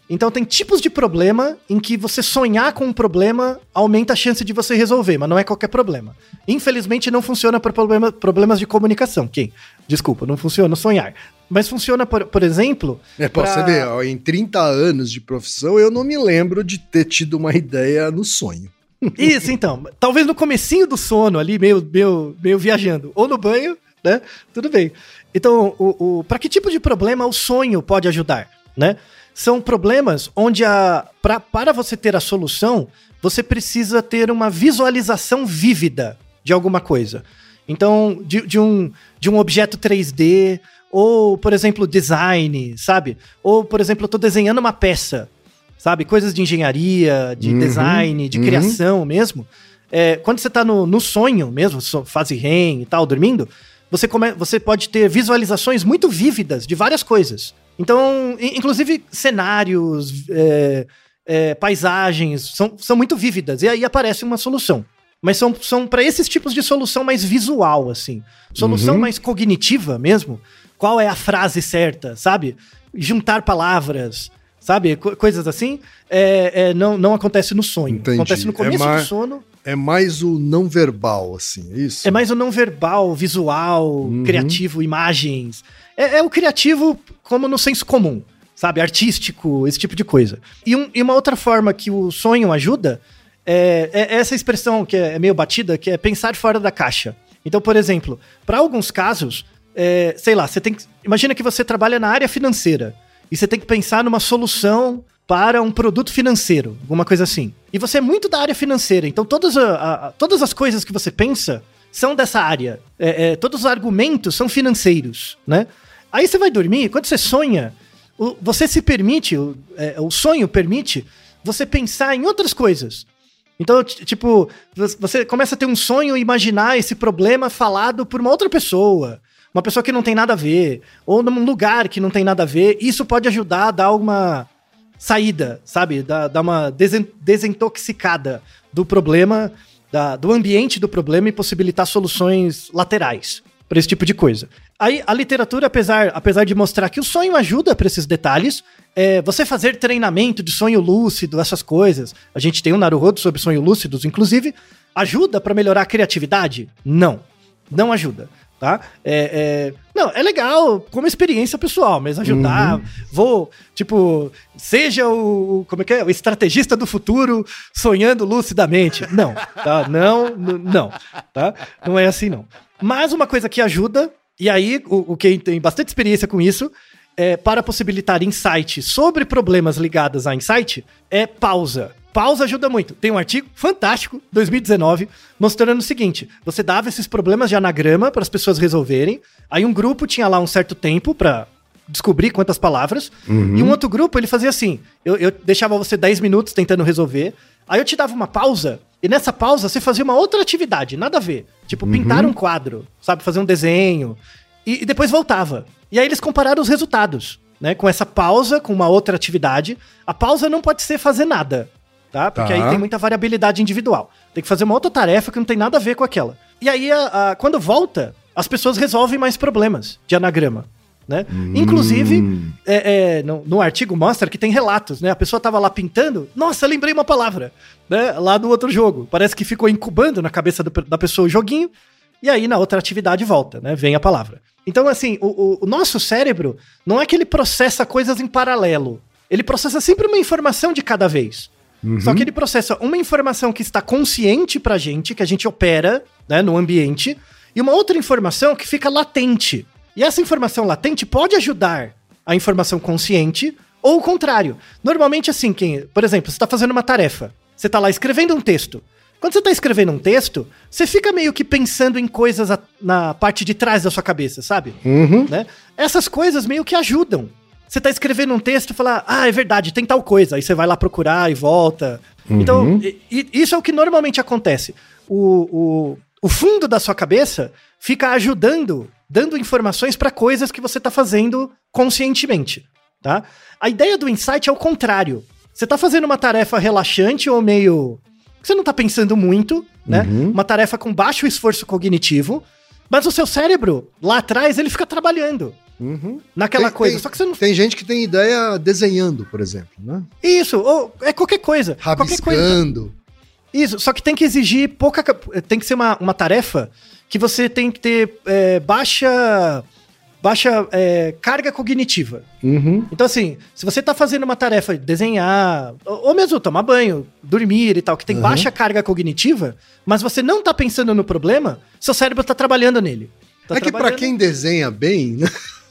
Então tem tipos de problema em que você sonhar com um problema aumenta a chance de você resolver, mas não é qualquer problema. Infelizmente não funciona para problema, problemas de comunicação. Quem? Desculpa, não funciona sonhar. Mas funciona, por, por exemplo... É, pra... você ver, ó, em trinta anos de profissão, eu não me lembro de ter tido uma ideia no sonho. Isso, então. Talvez no comecinho do sono ali, meio, meio, meio viajando. Ou no banho, né? Tudo bem. Então, o, o, para que tipo de problema o sonho pode ajudar, né? São problemas onde a, pra, para você ter a solução, você precisa ter uma visualização vívida de alguma coisa. Então, de, de, um, de um objeto três D, ou, por exemplo, design, sabe? Ou, por exemplo, eu estou desenhando uma peça, sabe? Coisas de engenharia, de uhum, design, de uhum. criação mesmo. É, quando você está no, no sonho mesmo, fase R E M e tal, dormindo, você, come, você pode ter visualizações muito vívidas de várias coisas. Então, inclusive cenários, é, é, paisagens, são, são muito vívidas. E aí aparece uma solução. Mas são, são para esses tipos de solução mais visual, assim. Solução uhum. mais cognitiva mesmo. Qual é a frase certa, sabe? Juntar palavras, sabe? Co- coisas assim. É, é, não, não acontece no sonho. Entendi. Acontece no começo é mais, do sono. É mais o não verbal, assim, é isso? É mais o não verbal, visual, uhum. criativo, imagens. É, é o criativo como no senso comum, sabe? Artístico, esse tipo de coisa. E, um, e uma outra forma que o sonho ajuda é, é essa expressão que é meio batida, que é pensar fora da caixa. Então, por exemplo, para alguns casos, é, sei lá, você tem que, imagina que você trabalha na área financeira e você tem que pensar numa solução para um produto financeiro, alguma coisa assim. E você é muito da área financeira, então todas, a, a, todas as coisas que você pensa são dessa área. É, é, todos os argumentos são financeiros, né? Aí você vai dormir, quando você sonha, o, você se permite, o, é, o sonho permite você pensar em outras coisas. Então, t- tipo, você começa a ter um sonho e imaginar esse problema falado por uma outra pessoa, uma pessoa que não tem nada a ver, ou num lugar que não tem nada a ver. Isso pode ajudar a dar uma saída, sabe? Dar, dar uma desen- desintoxicada do problema, da, do ambiente do problema e possibilitar soluções laterais para esse tipo de coisa. Aí, a literatura, apesar, apesar de mostrar que o sonho ajuda para esses detalhes, é, você fazer treinamento de sonho lúcido, essas coisas, a gente tem um Naruhodo sobre sonhos lúcidos, inclusive, ajuda para melhorar a criatividade? Não, não ajuda, tá? É, é, não, é legal como experiência pessoal, mas ajudar, uhum. vou, tipo, seja o, como é que é, o estrategista do futuro sonhando lucidamente. Não, tá? Não, n- não, tá? Não é assim, não. Mas uma coisa que ajuda, e aí o, o quem tem bastante experiência com isso, é, para possibilitar insight sobre problemas ligados a insight, é pausa. Pausa ajuda muito. Tem um artigo fantástico, dois mil e dezenove, mostrando o seguinte: você dava esses problemas de anagrama para as pessoas resolverem, aí um grupo tinha lá um certo tempo para descobrir quantas palavras, uhum. e um outro grupo ele fazia assim, eu, eu deixava você dez minutos tentando resolver, aí eu te dava uma pausa, e nessa pausa você fazia uma outra atividade, nada a ver. Tipo, uhum. pintar um quadro, sabe? Fazer um desenho. E, e depois voltava. E aí eles compararam os resultados, né? Com essa pausa, com uma outra atividade. A pausa não pode ser fazer nada, tá? Porque tá. aí tem muita variabilidade individual. Tem que fazer uma outra tarefa que não tem nada a ver com aquela. E aí, a, a, quando volta, as pessoas resolvem mais problemas de anagrama. Né? Hum. Inclusive, é, é, no, no artigo mostra que tem relatos, né? A pessoa tava lá pintando, nossa, lembrei uma palavra, né? Lá no outro jogo. Parece que ficou incubando na cabeça do, da pessoa o joguinho, e aí na outra atividade volta, né? Vem a palavra. Então, assim, o, o, o nosso cérebro não é que ele processa coisas em paralelo. Ele processa sempre uma informação de cada vez. Uhum. Só que ele processa uma informação que está consciente pra gente, que a gente opera, né, no ambiente, e uma outra informação que fica latente. E essa informação latente pode ajudar a informação consciente ou o contrário. Normalmente, assim, quem, por exemplo, você está fazendo uma tarefa, você está lá escrevendo um texto. Quando você está escrevendo um texto, você fica meio que pensando em coisas a, na parte de trás da sua cabeça, sabe? Uhum. Né? Essas coisas meio que ajudam. Você está escrevendo um texto e fala, ah, é verdade, tem tal coisa. Aí você vai lá procurar e volta. Uhum. Então, e, e isso é o que normalmente acontece. O, o, o fundo da sua cabeça fica ajudando, dando informações para coisas que você está fazendo conscientemente, tá? A ideia do insight é o contrário. Você está fazendo uma tarefa relaxante ou meio... Você não está pensando muito, né? Uhum. Uma tarefa com baixo esforço cognitivo, mas o seu cérebro, lá atrás, ele fica trabalhando. Uhum. Naquela Tem- coisa. tem- Só que você não... Tem gente que tem ideia desenhando, por exemplo, né? Isso, ou é qualquer coisa. Qualquer coisa. Rabiscando. Isso, só que tem que exigir pouca... cap- Tem que ser uma, uma tarefa que você tem que ter é, baixa... Baixa é, carga cognitiva. Uhum. Então, assim, se você tá fazendo uma tarefa, desenhar, ou, ou mesmo tomar banho, dormir e tal, que tem Uhum. baixa carga cognitiva, mas você não tá pensando no problema, seu cérebro tá trabalhando nele. Tá é que pra trabalhando- quem desenha bem, né?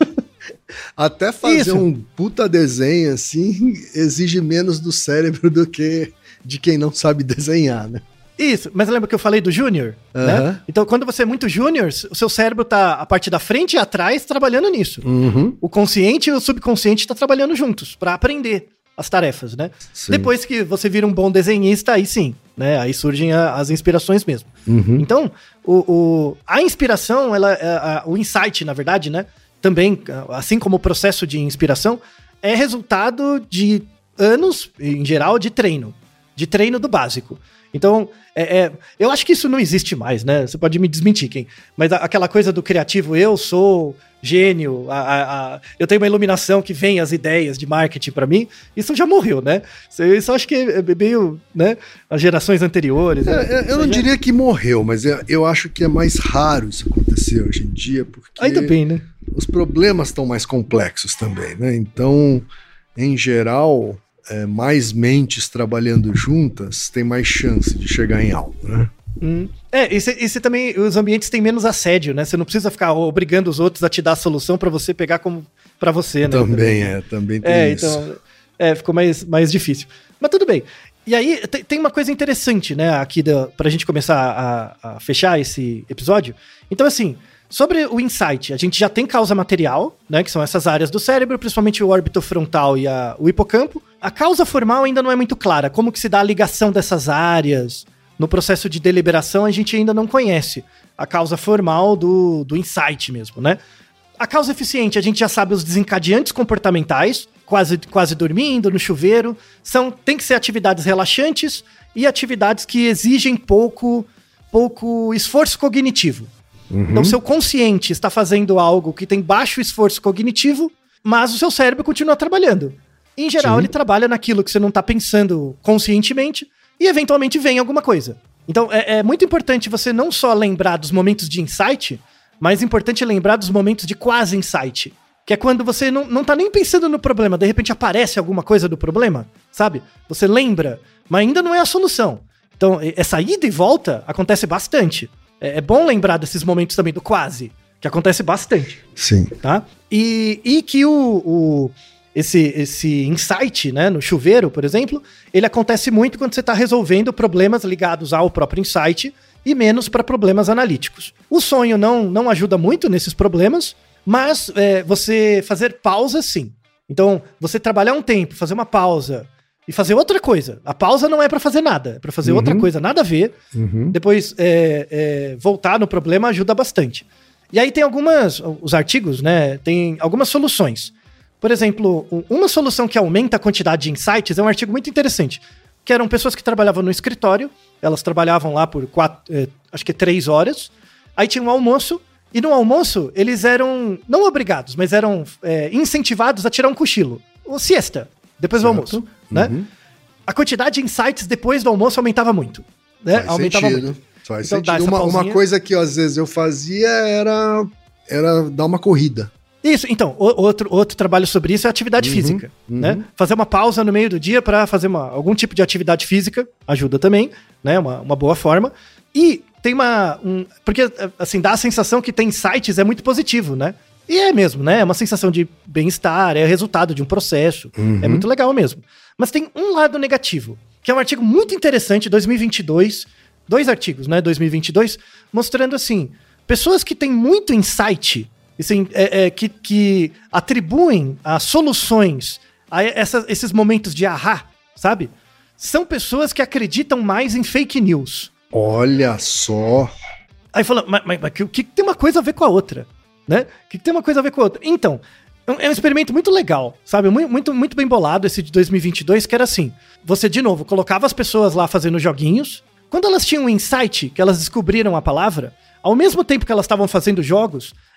Até fazer Isso. um puta desenho assim exige menos do cérebro do que de quem não sabe desenhar, né? Isso, mas lembra que eu falei do júnior? Aham. Né? Então, quando você é muito júnior, o seu cérebro tá a parte da frente e atrás trabalhando nisso. Uhum. O consciente e o subconsciente tá trabalhando juntos pra aprender as tarefas, né? Sim. Depois que você vira um bom desenhista, aí sim, né? Aí surgem a- as inspirações mesmo. Uhum. Então, o, o- a inspiração, ela, a- a- o insight, na verdade, né? Também, assim como o processo de inspiração, é resultado de anos, em geral, de treino. De treino do básico. Então, é, é, eu acho que isso não existe mais, né? Você pode me desmentir, quem. Mas a- aquela coisa do criativo, eu sou gênio, a- a- a- eu tenho uma iluminação que vem as ideias de marketing pra mim, isso já morreu, né? Isso, isso eu acho que é meio, né? As gerações anteriores. né? É, é, eu não Isso já- diria que morreu, mas eu, eu acho que é mais raro isso acontecer hoje em dia, porque Ainda bem, né? os problemas estão mais complexos também, né? Então, em geral, é, mais mentes trabalhando juntas tem mais chance de chegar em algo, né? Hum. É, e você também, os ambientes têm menos assédio, né? Você não precisa ficar obrigando os outros a te dar a solução pra você pegar como pra você, né? Também é, também tem É, isso. então, é, ficou mais, mais difícil. Mas tudo bem. E aí, te- tem uma coisa interessante, né, aqui da, pra gente começar a, a fechar esse episódio. Então, assim, sobre o insight, a gente já tem causa material, né, que são essas áreas do cérebro, principalmente o órbito frontal e a- o hipocampo. A causa formal ainda não é muito clara. Como que se dá a ligação dessas áreas? No processo de deliberação, a gente ainda não conhece a causa formal do, do insight mesmo, né? A causa eficiente, a gente já sabe os desencadeantes comportamentais, quase, quase dormindo, no chuveiro, são, tem que ser atividades relaxantes e atividades que exigem pouco, pouco esforço cognitivo. Uhum. Então, seu consciente está fazendo algo que tem baixo esforço cognitivo, mas o seu cérebro continua trabalhando. Em geral, Sim. ele trabalha naquilo que você não está pensando conscientemente e, eventualmente, vem alguma coisa. Então, é, é muito importante você não só lembrar dos momentos de insight, mas é importante lembrar dos momentos de quase insight. Que é quando você não, não tá nem pensando no problema, de repente aparece alguma coisa do problema, sabe? Você lembra, mas ainda não é a solução. Então, essa ida e volta acontece bastante. É, é bom lembrar desses momentos também do quase, que acontece bastante, Sim. tá? E, e que o, o, esse, esse insight, né, no chuveiro, por exemplo, ele acontece muito quando você está resolvendo problemas ligados ao próprio insight e menos para problemas analíticos. O sonho não, não ajuda muito nesses problemas, mas é, você fazer pausa, sim. Então, você trabalhar um tempo, fazer uma pausa e fazer outra coisa. A pausa não é para fazer nada, é para fazer Uhum. outra coisa, nada a ver. Uhum. Depois, é, é, voltar no problema ajuda bastante. E aí tem algumas, os artigos, né, tem algumas soluções. Por exemplo, um- uma solução que aumenta a quantidade de insights é um artigo muito interessante, que eram pessoas que trabalhavam no escritório, elas trabalhavam lá por quatro, é, acho que três horas, aí tinha um almoço, e no almoço eles eram, não obrigados, mas eram é, incentivados a tirar um cochilo, ou siesta, depois do Certo. almoço, né? Uhum. A quantidade de insights depois do almoço aumentava muito, né? Faz aumentava sentido. muito. Faz Então, dá sentido. essa Uma, uma pausinha. coisa que às vezes eu fazia era, era dar uma corrida. Isso, então, o- outro, outro trabalho sobre isso é atividade Uhum, física, uhum. né? Fazer uma pausa no meio do dia para fazer uma, algum tipo de atividade física ajuda também, né? Uma, uma boa forma. E tem uma... Um, porque, assim, dá a sensação que tem insights é muito positivo, né? E é mesmo, né? É uma sensação de bem-estar, é resultado de um processo. Uhum. É muito legal mesmo. Mas tem um lado negativo, que é um artigo muito interessante, dois mil e vinte e dois, dois artigos, né? dois mil e vinte e dois, mostrando, assim, pessoas que têm muito insight... Assim, é, é, que, que atribuem as soluções a essa, esses momentos de ahá, sabe? São pessoas que acreditam mais em fake news. Olha só. Aí fala, mas, mas, mas o que, que tem uma coisa a ver com a outra? Né? O que, que tem uma coisa a ver com a outra? Então, é um, é um experimento muito legal, sabe? Muito, muito, muito bem bolado esse de dois mil e vinte e dois, que era assim, você, de novo, colocava as pessoas lá fazendo joguinhos, quando elas tinham um insight, que elas descobriram a palavra, ao mesmo tempo que elas estavam fazendo jogos,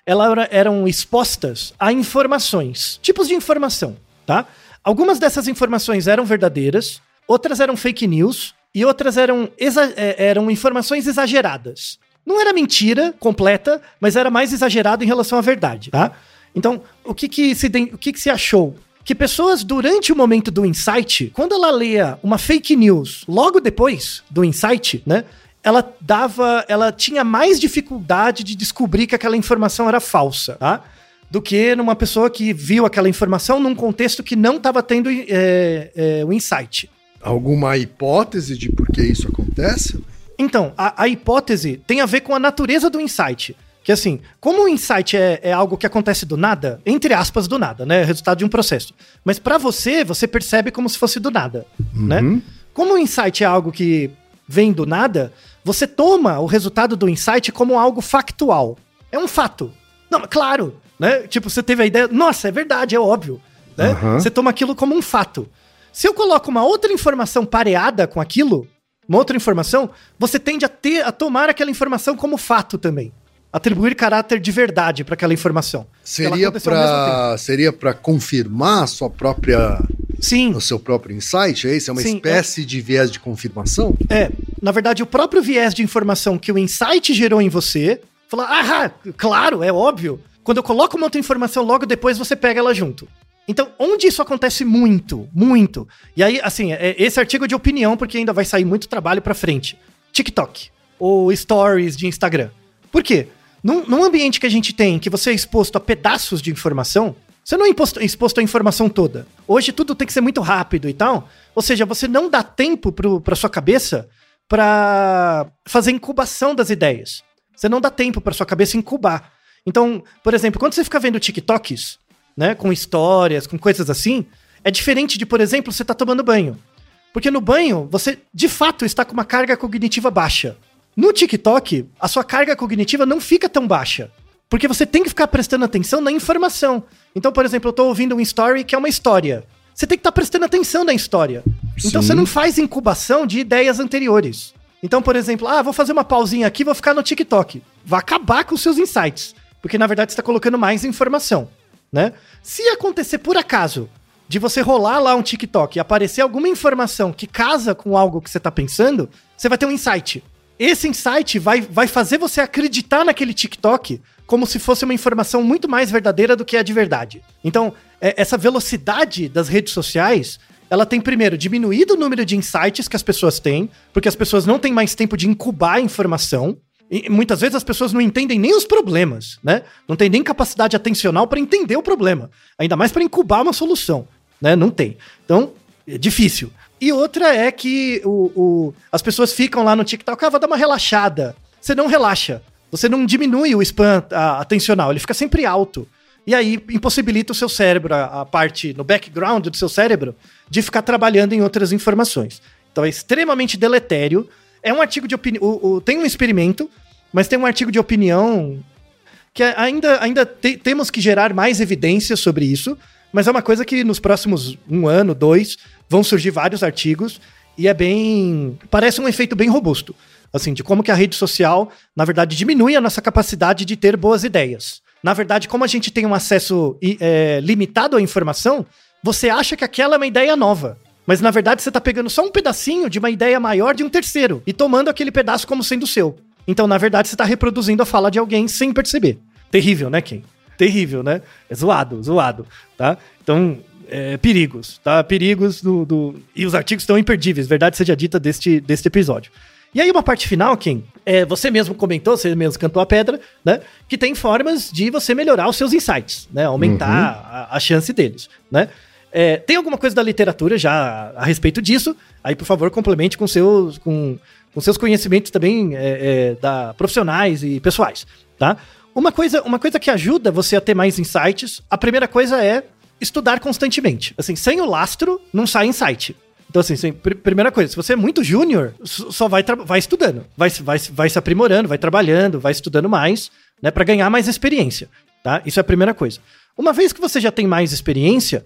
elas eram expostas a informações, tipos de informação, tá? Algumas dessas informações eram verdadeiras, outras eram fake news e outras eram, exa- eram informações exageradas. Não era mentira completa, mas era mais exagerado em relação à verdade, tá? Então, o que que se, de- o que que se achou? Que pessoas, durante o momento do insight, quando ela lia uma fake news logo depois do insight, né? Ela dava, ela tinha mais dificuldade de descobrir que aquela informação era falsa, tá? Do que numa pessoa que viu aquela informação num contexto que não estava tendo é, é, o insight. Alguma hipótese de por que isso acontece? Então, a, a hipótese tem a ver com a natureza do insight. Que assim, como o insight é, é algo que acontece do nada, entre aspas, do nada, né? Resultado de um processo. Mas pra você, você percebe como se fosse do nada, Uhum. né? Como o insight é algo que vem do nada, você toma o resultado do insight como algo factual. É um fato. Não, mas claro, né? Tipo, você teve a ideia, nossa, é verdade, é óbvio. Né? Uhum. Você toma aquilo como um fato. Se eu coloco uma outra informação pareada com aquilo, uma outra informação, você tende a ter, a tomar aquela informação como fato também. Atribuir caráter de verdade para aquela informação. Seria para seria para confirmar a sua própria Sim. o seu próprio insight, é isso? É uma Sim, espécie é... de viés de confirmação? É, na verdade, o próprio viés de informação que o insight gerou em você, fala, ah, claro, é óbvio. Quando eu coloco uma outra informação, logo depois você pega ela junto. Então, onde isso acontece muito, muito, e aí, assim, é esse artigo é de opinião, porque ainda vai sair muito trabalho pra frente. TikTok, ou stories de Instagram. Por quê? Num, num ambiente que a gente tem, que você é exposto a pedaços de informação, você não é imposto, exposto à informação toda. Hoje tudo tem que ser muito rápido e tal. Ou seja, você não dá tempo pro, pra sua cabeça pra fazer incubação das ideias. Você não dá tempo pra sua cabeça incubar. Então, por exemplo, quando você fica vendo TikToks, né, com histórias, com coisas assim, é diferente de, por exemplo, você tá tomando banho. Porque no banho, você, de fato, está com uma carga cognitiva baixa. No TikTok, a sua carga cognitiva não fica tão baixa. Porque você tem que ficar prestando atenção na informação. Então, por exemplo, eu tô ouvindo um story que é uma história. Você tem que estar prestando atenção na história. Sim. Então você não faz incubação de ideias anteriores. Então, por exemplo, ah, vou fazer uma pausinha aqui, vou ficar no TikTok. Vai acabar com os seus insights. Porque, na verdade, você está colocando mais informação, né? Se acontecer por acaso de você rolar lá um TikTok e aparecer alguma informação que casa com algo que você está pensando, você vai ter um insight. Esse insight vai, vai fazer você acreditar naquele TikTok como se fosse uma informação muito mais verdadeira do que é de verdade. Então, é, essa velocidade das redes sociais, ela tem, primeiro, diminuído o número de insights que as pessoas têm, porque as pessoas não têm mais tempo de incubar a informação, e muitas vezes as pessoas não entendem nem os problemas, né? Não tem nem capacidade atencional para entender o problema, ainda mais para incubar uma solução, né? Não tem. Então, é difícil. E outra é que o, o, as pessoas ficam lá no TikTok, ah, vou dar uma relaxada. Você não relaxa. Você não diminui o spam a, atencional, ele fica sempre alto. E aí impossibilita o seu cérebro, a, a parte no background do seu cérebro, de ficar trabalhando em outras informações. Então é extremamente deletério. É um artigo de opinião. Tem um experimento, mas tem um artigo de opinião que ainda, ainda te, temos que gerar mais evidências sobre isso. Mas é uma coisa que nos próximos um ano, dois, vão surgir vários artigos e é bem... parece um efeito bem robusto, assim, de como que a rede social, na verdade, diminui a nossa capacidade de ter boas ideias. Na verdade, como a gente tem um acesso é, limitado à informação, você acha que aquela é uma ideia nova. Mas, na verdade, você está pegando só um pedacinho de uma ideia maior de um terceiro e tomando aquele pedaço como sendo seu. Então, na verdade, você está reproduzindo a fala de alguém sem perceber. Terrível, né, Ken? Terrível, né? É zoado, zoado, tá? Então, é, perigos, tá? Perigos do, do... E os artigos estão imperdíveis, verdade seja dita deste, deste episódio. E aí uma parte final, Ken, é, você mesmo comentou, você mesmo cantou a pedra, né? Que tem formas de você melhorar os seus insights, né? Aumentar uhum. a, a chance deles, né? É, tem alguma coisa da literatura já a respeito disso? Aí, por favor, complemente com seus, com, com seus conhecimentos também é, é, da, profissionais e pessoais, tá? Uma coisa, uma coisa que ajuda você a ter mais insights, a primeira coisa é estudar constantemente. Assim, sem o lastro, não sai insight. Então, assim, sem, pr- primeira coisa, se você é muito júnior, só vai, tra- vai estudando, vai, vai, vai se aprimorando, vai trabalhando, vai estudando mais, né, para ganhar mais experiência, tá? Isso é a primeira coisa. Uma vez que você já tem mais experiência,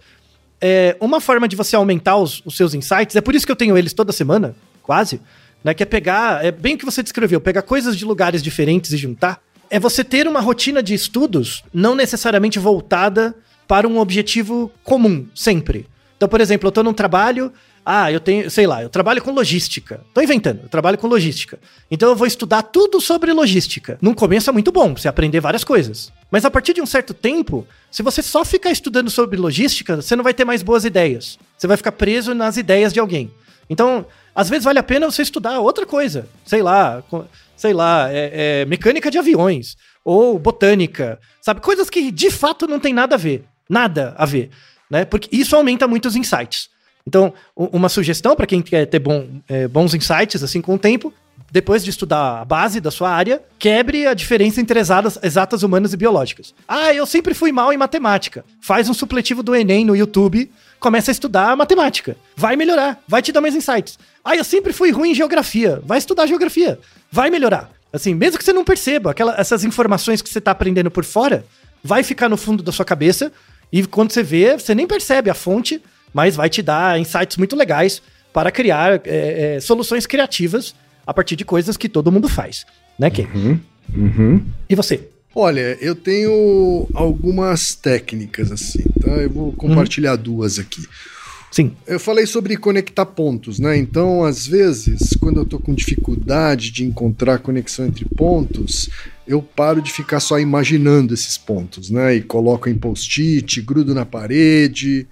é, uma forma de você aumentar os, os seus insights, é por isso que eu tenho eles toda semana, quase, né, que é pegar, é bem o que você descreveu, pegar coisas de lugares diferentes e juntar. é você ter uma rotina de estudos não necessariamente voltada para um objetivo comum, sempre. Então, por exemplo, eu tô num trabalho... Ah, eu tenho, sei lá, eu trabalho com logística. Tô inventando, eu trabalho com logística. Então eu vou estudar tudo sobre logística. No começo é muito bom, você aprender várias coisas. Mas a partir de um certo tempo, se você só ficar estudando sobre logística, você não vai ter mais boas ideias. Você vai ficar preso nas ideias de alguém. Então, às vezes vale a pena você estudar outra coisa. Sei lá, sei lá, é, é mecânica de aviões. Ou botânica, sabe? Coisas que de fato não tem nada a ver. Nada a ver, né? Porque isso aumenta muito os insights. Então, uma sugestão para quem quer ter bom, é, bons insights assim com o tempo, depois de estudar a base da sua área, quebre a diferença entre exatas, exatas humanas e biológicas. Ah, eu sempre fui mal em matemática. Faz um supletivo do Enem no YouTube, começa a estudar matemática. Vai melhorar, vai te dar mais insights. Ah, eu sempre fui ruim em geografia. Vai estudar geografia, vai melhorar. Assim, mesmo que você não perceba, aquela, essas informações que você está aprendendo por fora, vai ficar no fundo da sua cabeça e quando você vê, você nem percebe a fonte, mas vai te dar insights muito legais para criar é, é, soluções criativas a partir de coisas que todo mundo faz, né, Ken? Uhum, uhum. E você? Olha, eu tenho algumas técnicas, assim, tá? Eu vou compartilhar uhum. duas aqui. Sim. Eu falei sobre conectar pontos, né? Então, às vezes, quando eu tô com dificuldade de encontrar conexão entre pontos, eu paro de ficar só imaginando esses pontos, né? E coloco em post-it, grudo na parede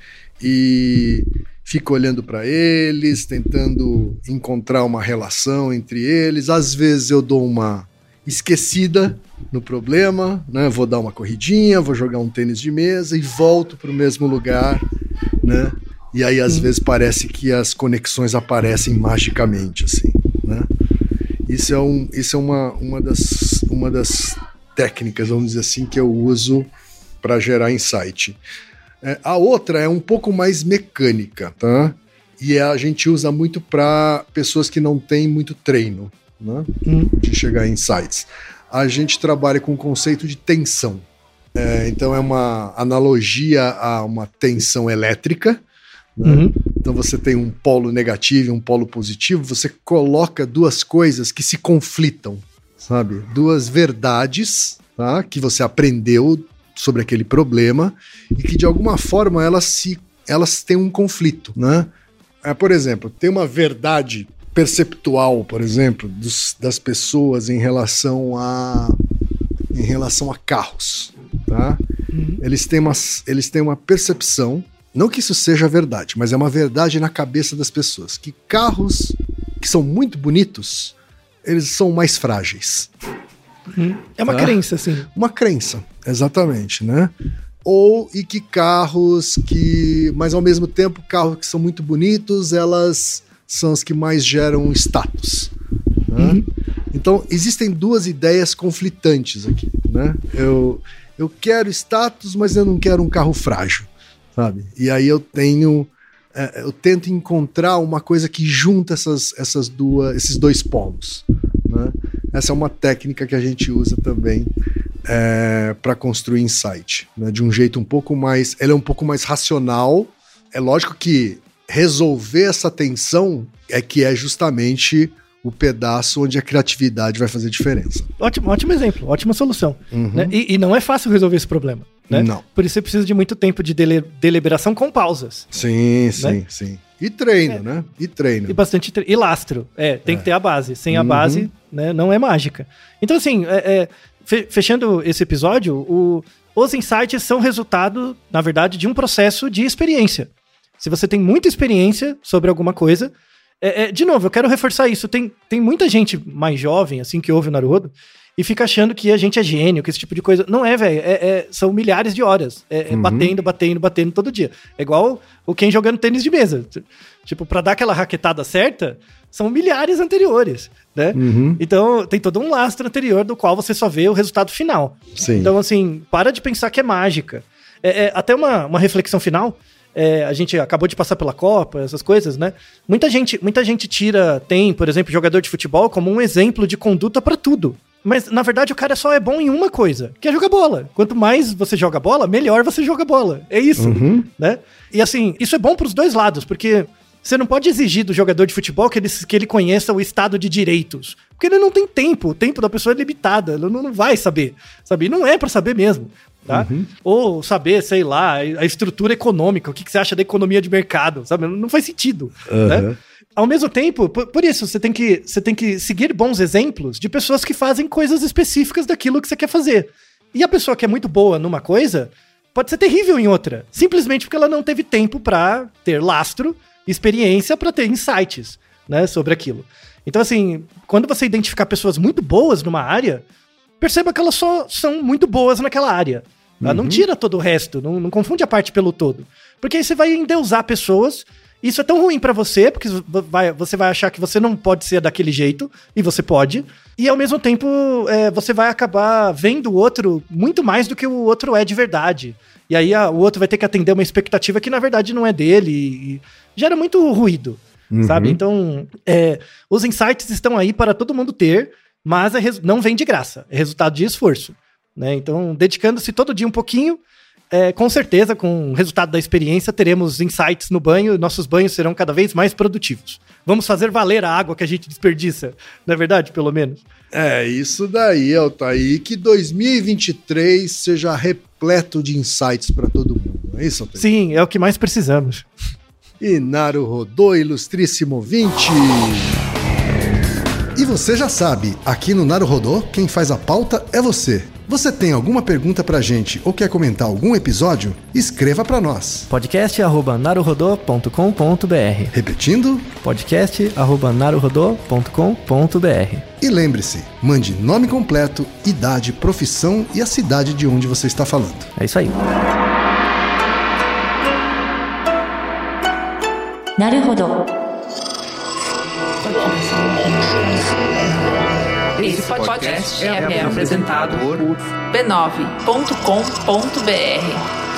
e fico olhando para eles, tentando encontrar uma relação entre eles. Às vezes eu dou uma esquecida no problema, né? Vou dar uma corridinha, vou jogar um tênis de mesa e volto para o mesmo lugar, né? E aí às hum. vezes parece que as conexões aparecem magicamente, assim, né? Isso é, um, isso é uma, uma, das, uma das técnicas, vamos dizer assim, que eu uso para gerar insight. É, a outra é um pouco mais mecânica, tá? E a gente usa muito para pessoas que não têm muito treino, né? Hum. De chegar em insights. A gente trabalha com o conceito de tensão. É, então é uma analogia a uma tensão elétrica, né? Uhum. Então você tem um polo negativo e um polo positivo, você coloca duas coisas que se conflitam, sabe? Duas verdades, tá? Que você aprendeu sobre aquele problema e que de alguma forma elas, se, elas têm um conflito, né? É, por exemplo, tem uma verdade perceptual, por exemplo, dos, das pessoas em relação a, em relação a carros, tá? Uhum. Eles têm uma, eles têm uma percepção, não que isso seja verdade, mas é uma verdade na cabeça das pessoas, que carros que são muito bonitos, eles são mais frágeis. Uhum. É uma tá? crença, sim. Uma crença, exatamente, né? Ou e que carros que, mas ao mesmo tempo, carros que são muito bonitos, elas são as que mais geram status. Né? Uhum. Então, existem duas ideias conflitantes aqui, né? Eu, eu quero status, mas eu não quero um carro frágil, sabe? E aí eu tenho, é, eu tento encontrar uma coisa que junta essas, essas duas, esses dois polos, né? Essa é uma técnica que a gente usa também é, para construir insight, né? De um jeito um pouco mais... Ela é um pouco mais racional. É lógico que resolver essa tensão é que é justamente o pedaço onde a criatividade vai fazer diferença. Ótimo, ótimo exemplo, ótima solução. Uhum. Né? E, e não é fácil resolver esse problema, né? Não. Por isso você precisa de muito tempo de dele, deliberação com pausas. Sim, né? sim, sim. E treino, é. né? E treino. E bastante tre... E lastro. É, tem é. que ter a base. Sem a uhum. base, né, não é mágica. Então, assim, é, é, fe- fechando esse episódio, o, os insights são resultado, na verdade, de um processo de experiência. Se você tem muita experiência sobre alguma coisa... É, é, de novo, eu quero reforçar isso. Tem, tem muita gente mais jovem, assim, que ouve o Naruhodo e fica achando que a gente é gênio, que esse tipo de coisa... Não é, velho. É, é, são milhares de horas. É, é uhum. batendo, batendo, batendo todo dia. É igual o Ken jogando tênis de mesa. Tipo, pra dar aquela raquetada certa, são milhares anteriores, né? Uhum. Então, tem todo um lastro anterior do qual você só vê o resultado final. Sim. Então, assim, para de pensar que é mágica. É, é, até uma, uma reflexão final... É, a gente acabou de passar pela Copa, essas coisas, né? Muita gente, muita gente tira, tem, por exemplo, jogador de futebol como um exemplo de conduta pra tudo. Mas, na verdade, o cara só é bom em uma coisa, que é jogar bola. Quanto mais você joga bola, melhor você joga bola. É isso, uhum. né? E, assim, isso é bom pros dois lados, porque você não pode exigir do jogador de futebol que ele, que ele conheça o Estado de Direitos, Porque ele não tem tempo, o tempo da pessoa é limitado, ele não, não vai saber, sabe? E não é pra saber mesmo, tá? Uhum. Ou saber, sei lá, a estrutura econômica, o que, que você acha da economia de mercado, sabe? Não faz sentido, uhum. né? Ao mesmo tempo, por, por isso, você tem, que, você tem que seguir bons exemplos de pessoas que fazem coisas específicas daquilo que você quer fazer. E a pessoa que é muito boa numa coisa pode ser terrível em outra, simplesmente porque ela não teve tempo pra ter lastro, experiência, pra ter insights, né, sobre aquilo. Então, assim, quando você identificar pessoas muito boas numa área, perceba que elas só são muito boas naquela área. Tá? Uhum. Não tira todo o resto, não, não confunde a parte pelo todo. Porque aí você vai endeusar pessoas. Isso é tão ruim pra você, porque vai, você vai achar que você não pode ser daquele jeito, e você pode. E ao mesmo tempo, é, você vai acabar vendo o outro muito mais do que o outro é de verdade. E aí a, o outro vai ter que atender uma expectativa que na verdade não é dele. E, e gera muito ruído, uhum. sabe? Então, é, os insights estão aí para todo mundo ter, mas é, não vem de graça. É resultado de esforço, né? Então, dedicando-se todo dia um pouquinho, É, com certeza, com o resultado da experiência, teremos insights no banho e nossos banhos serão cada vez mais produtivos. Vamos fazer valer a água que a gente desperdiça, não é verdade, pelo menos? É, isso daí, Altair, que dois mil e vinte e três seja repleto de insights para todo mundo, não é isso, Altair? Sim, é o que mais precisamos. E Naruhodô, ilustríssimo ouvinte! E você já sabe, aqui no Naruhodô, quem faz a pauta é você. Você tem alguma pergunta pra gente ou quer comentar algum episódio? Escreva pra nós. podcast arroba naruhodô ponto com ponto b r. Repetindo? podcast arroba naruhodô ponto com ponto b r. E lembre-se, mande nome completo, idade, profissão e a cidade de onde você está falando. É isso aí. Naruhodô. Esse podcast é apresentado por b nove ponto com ponto b r.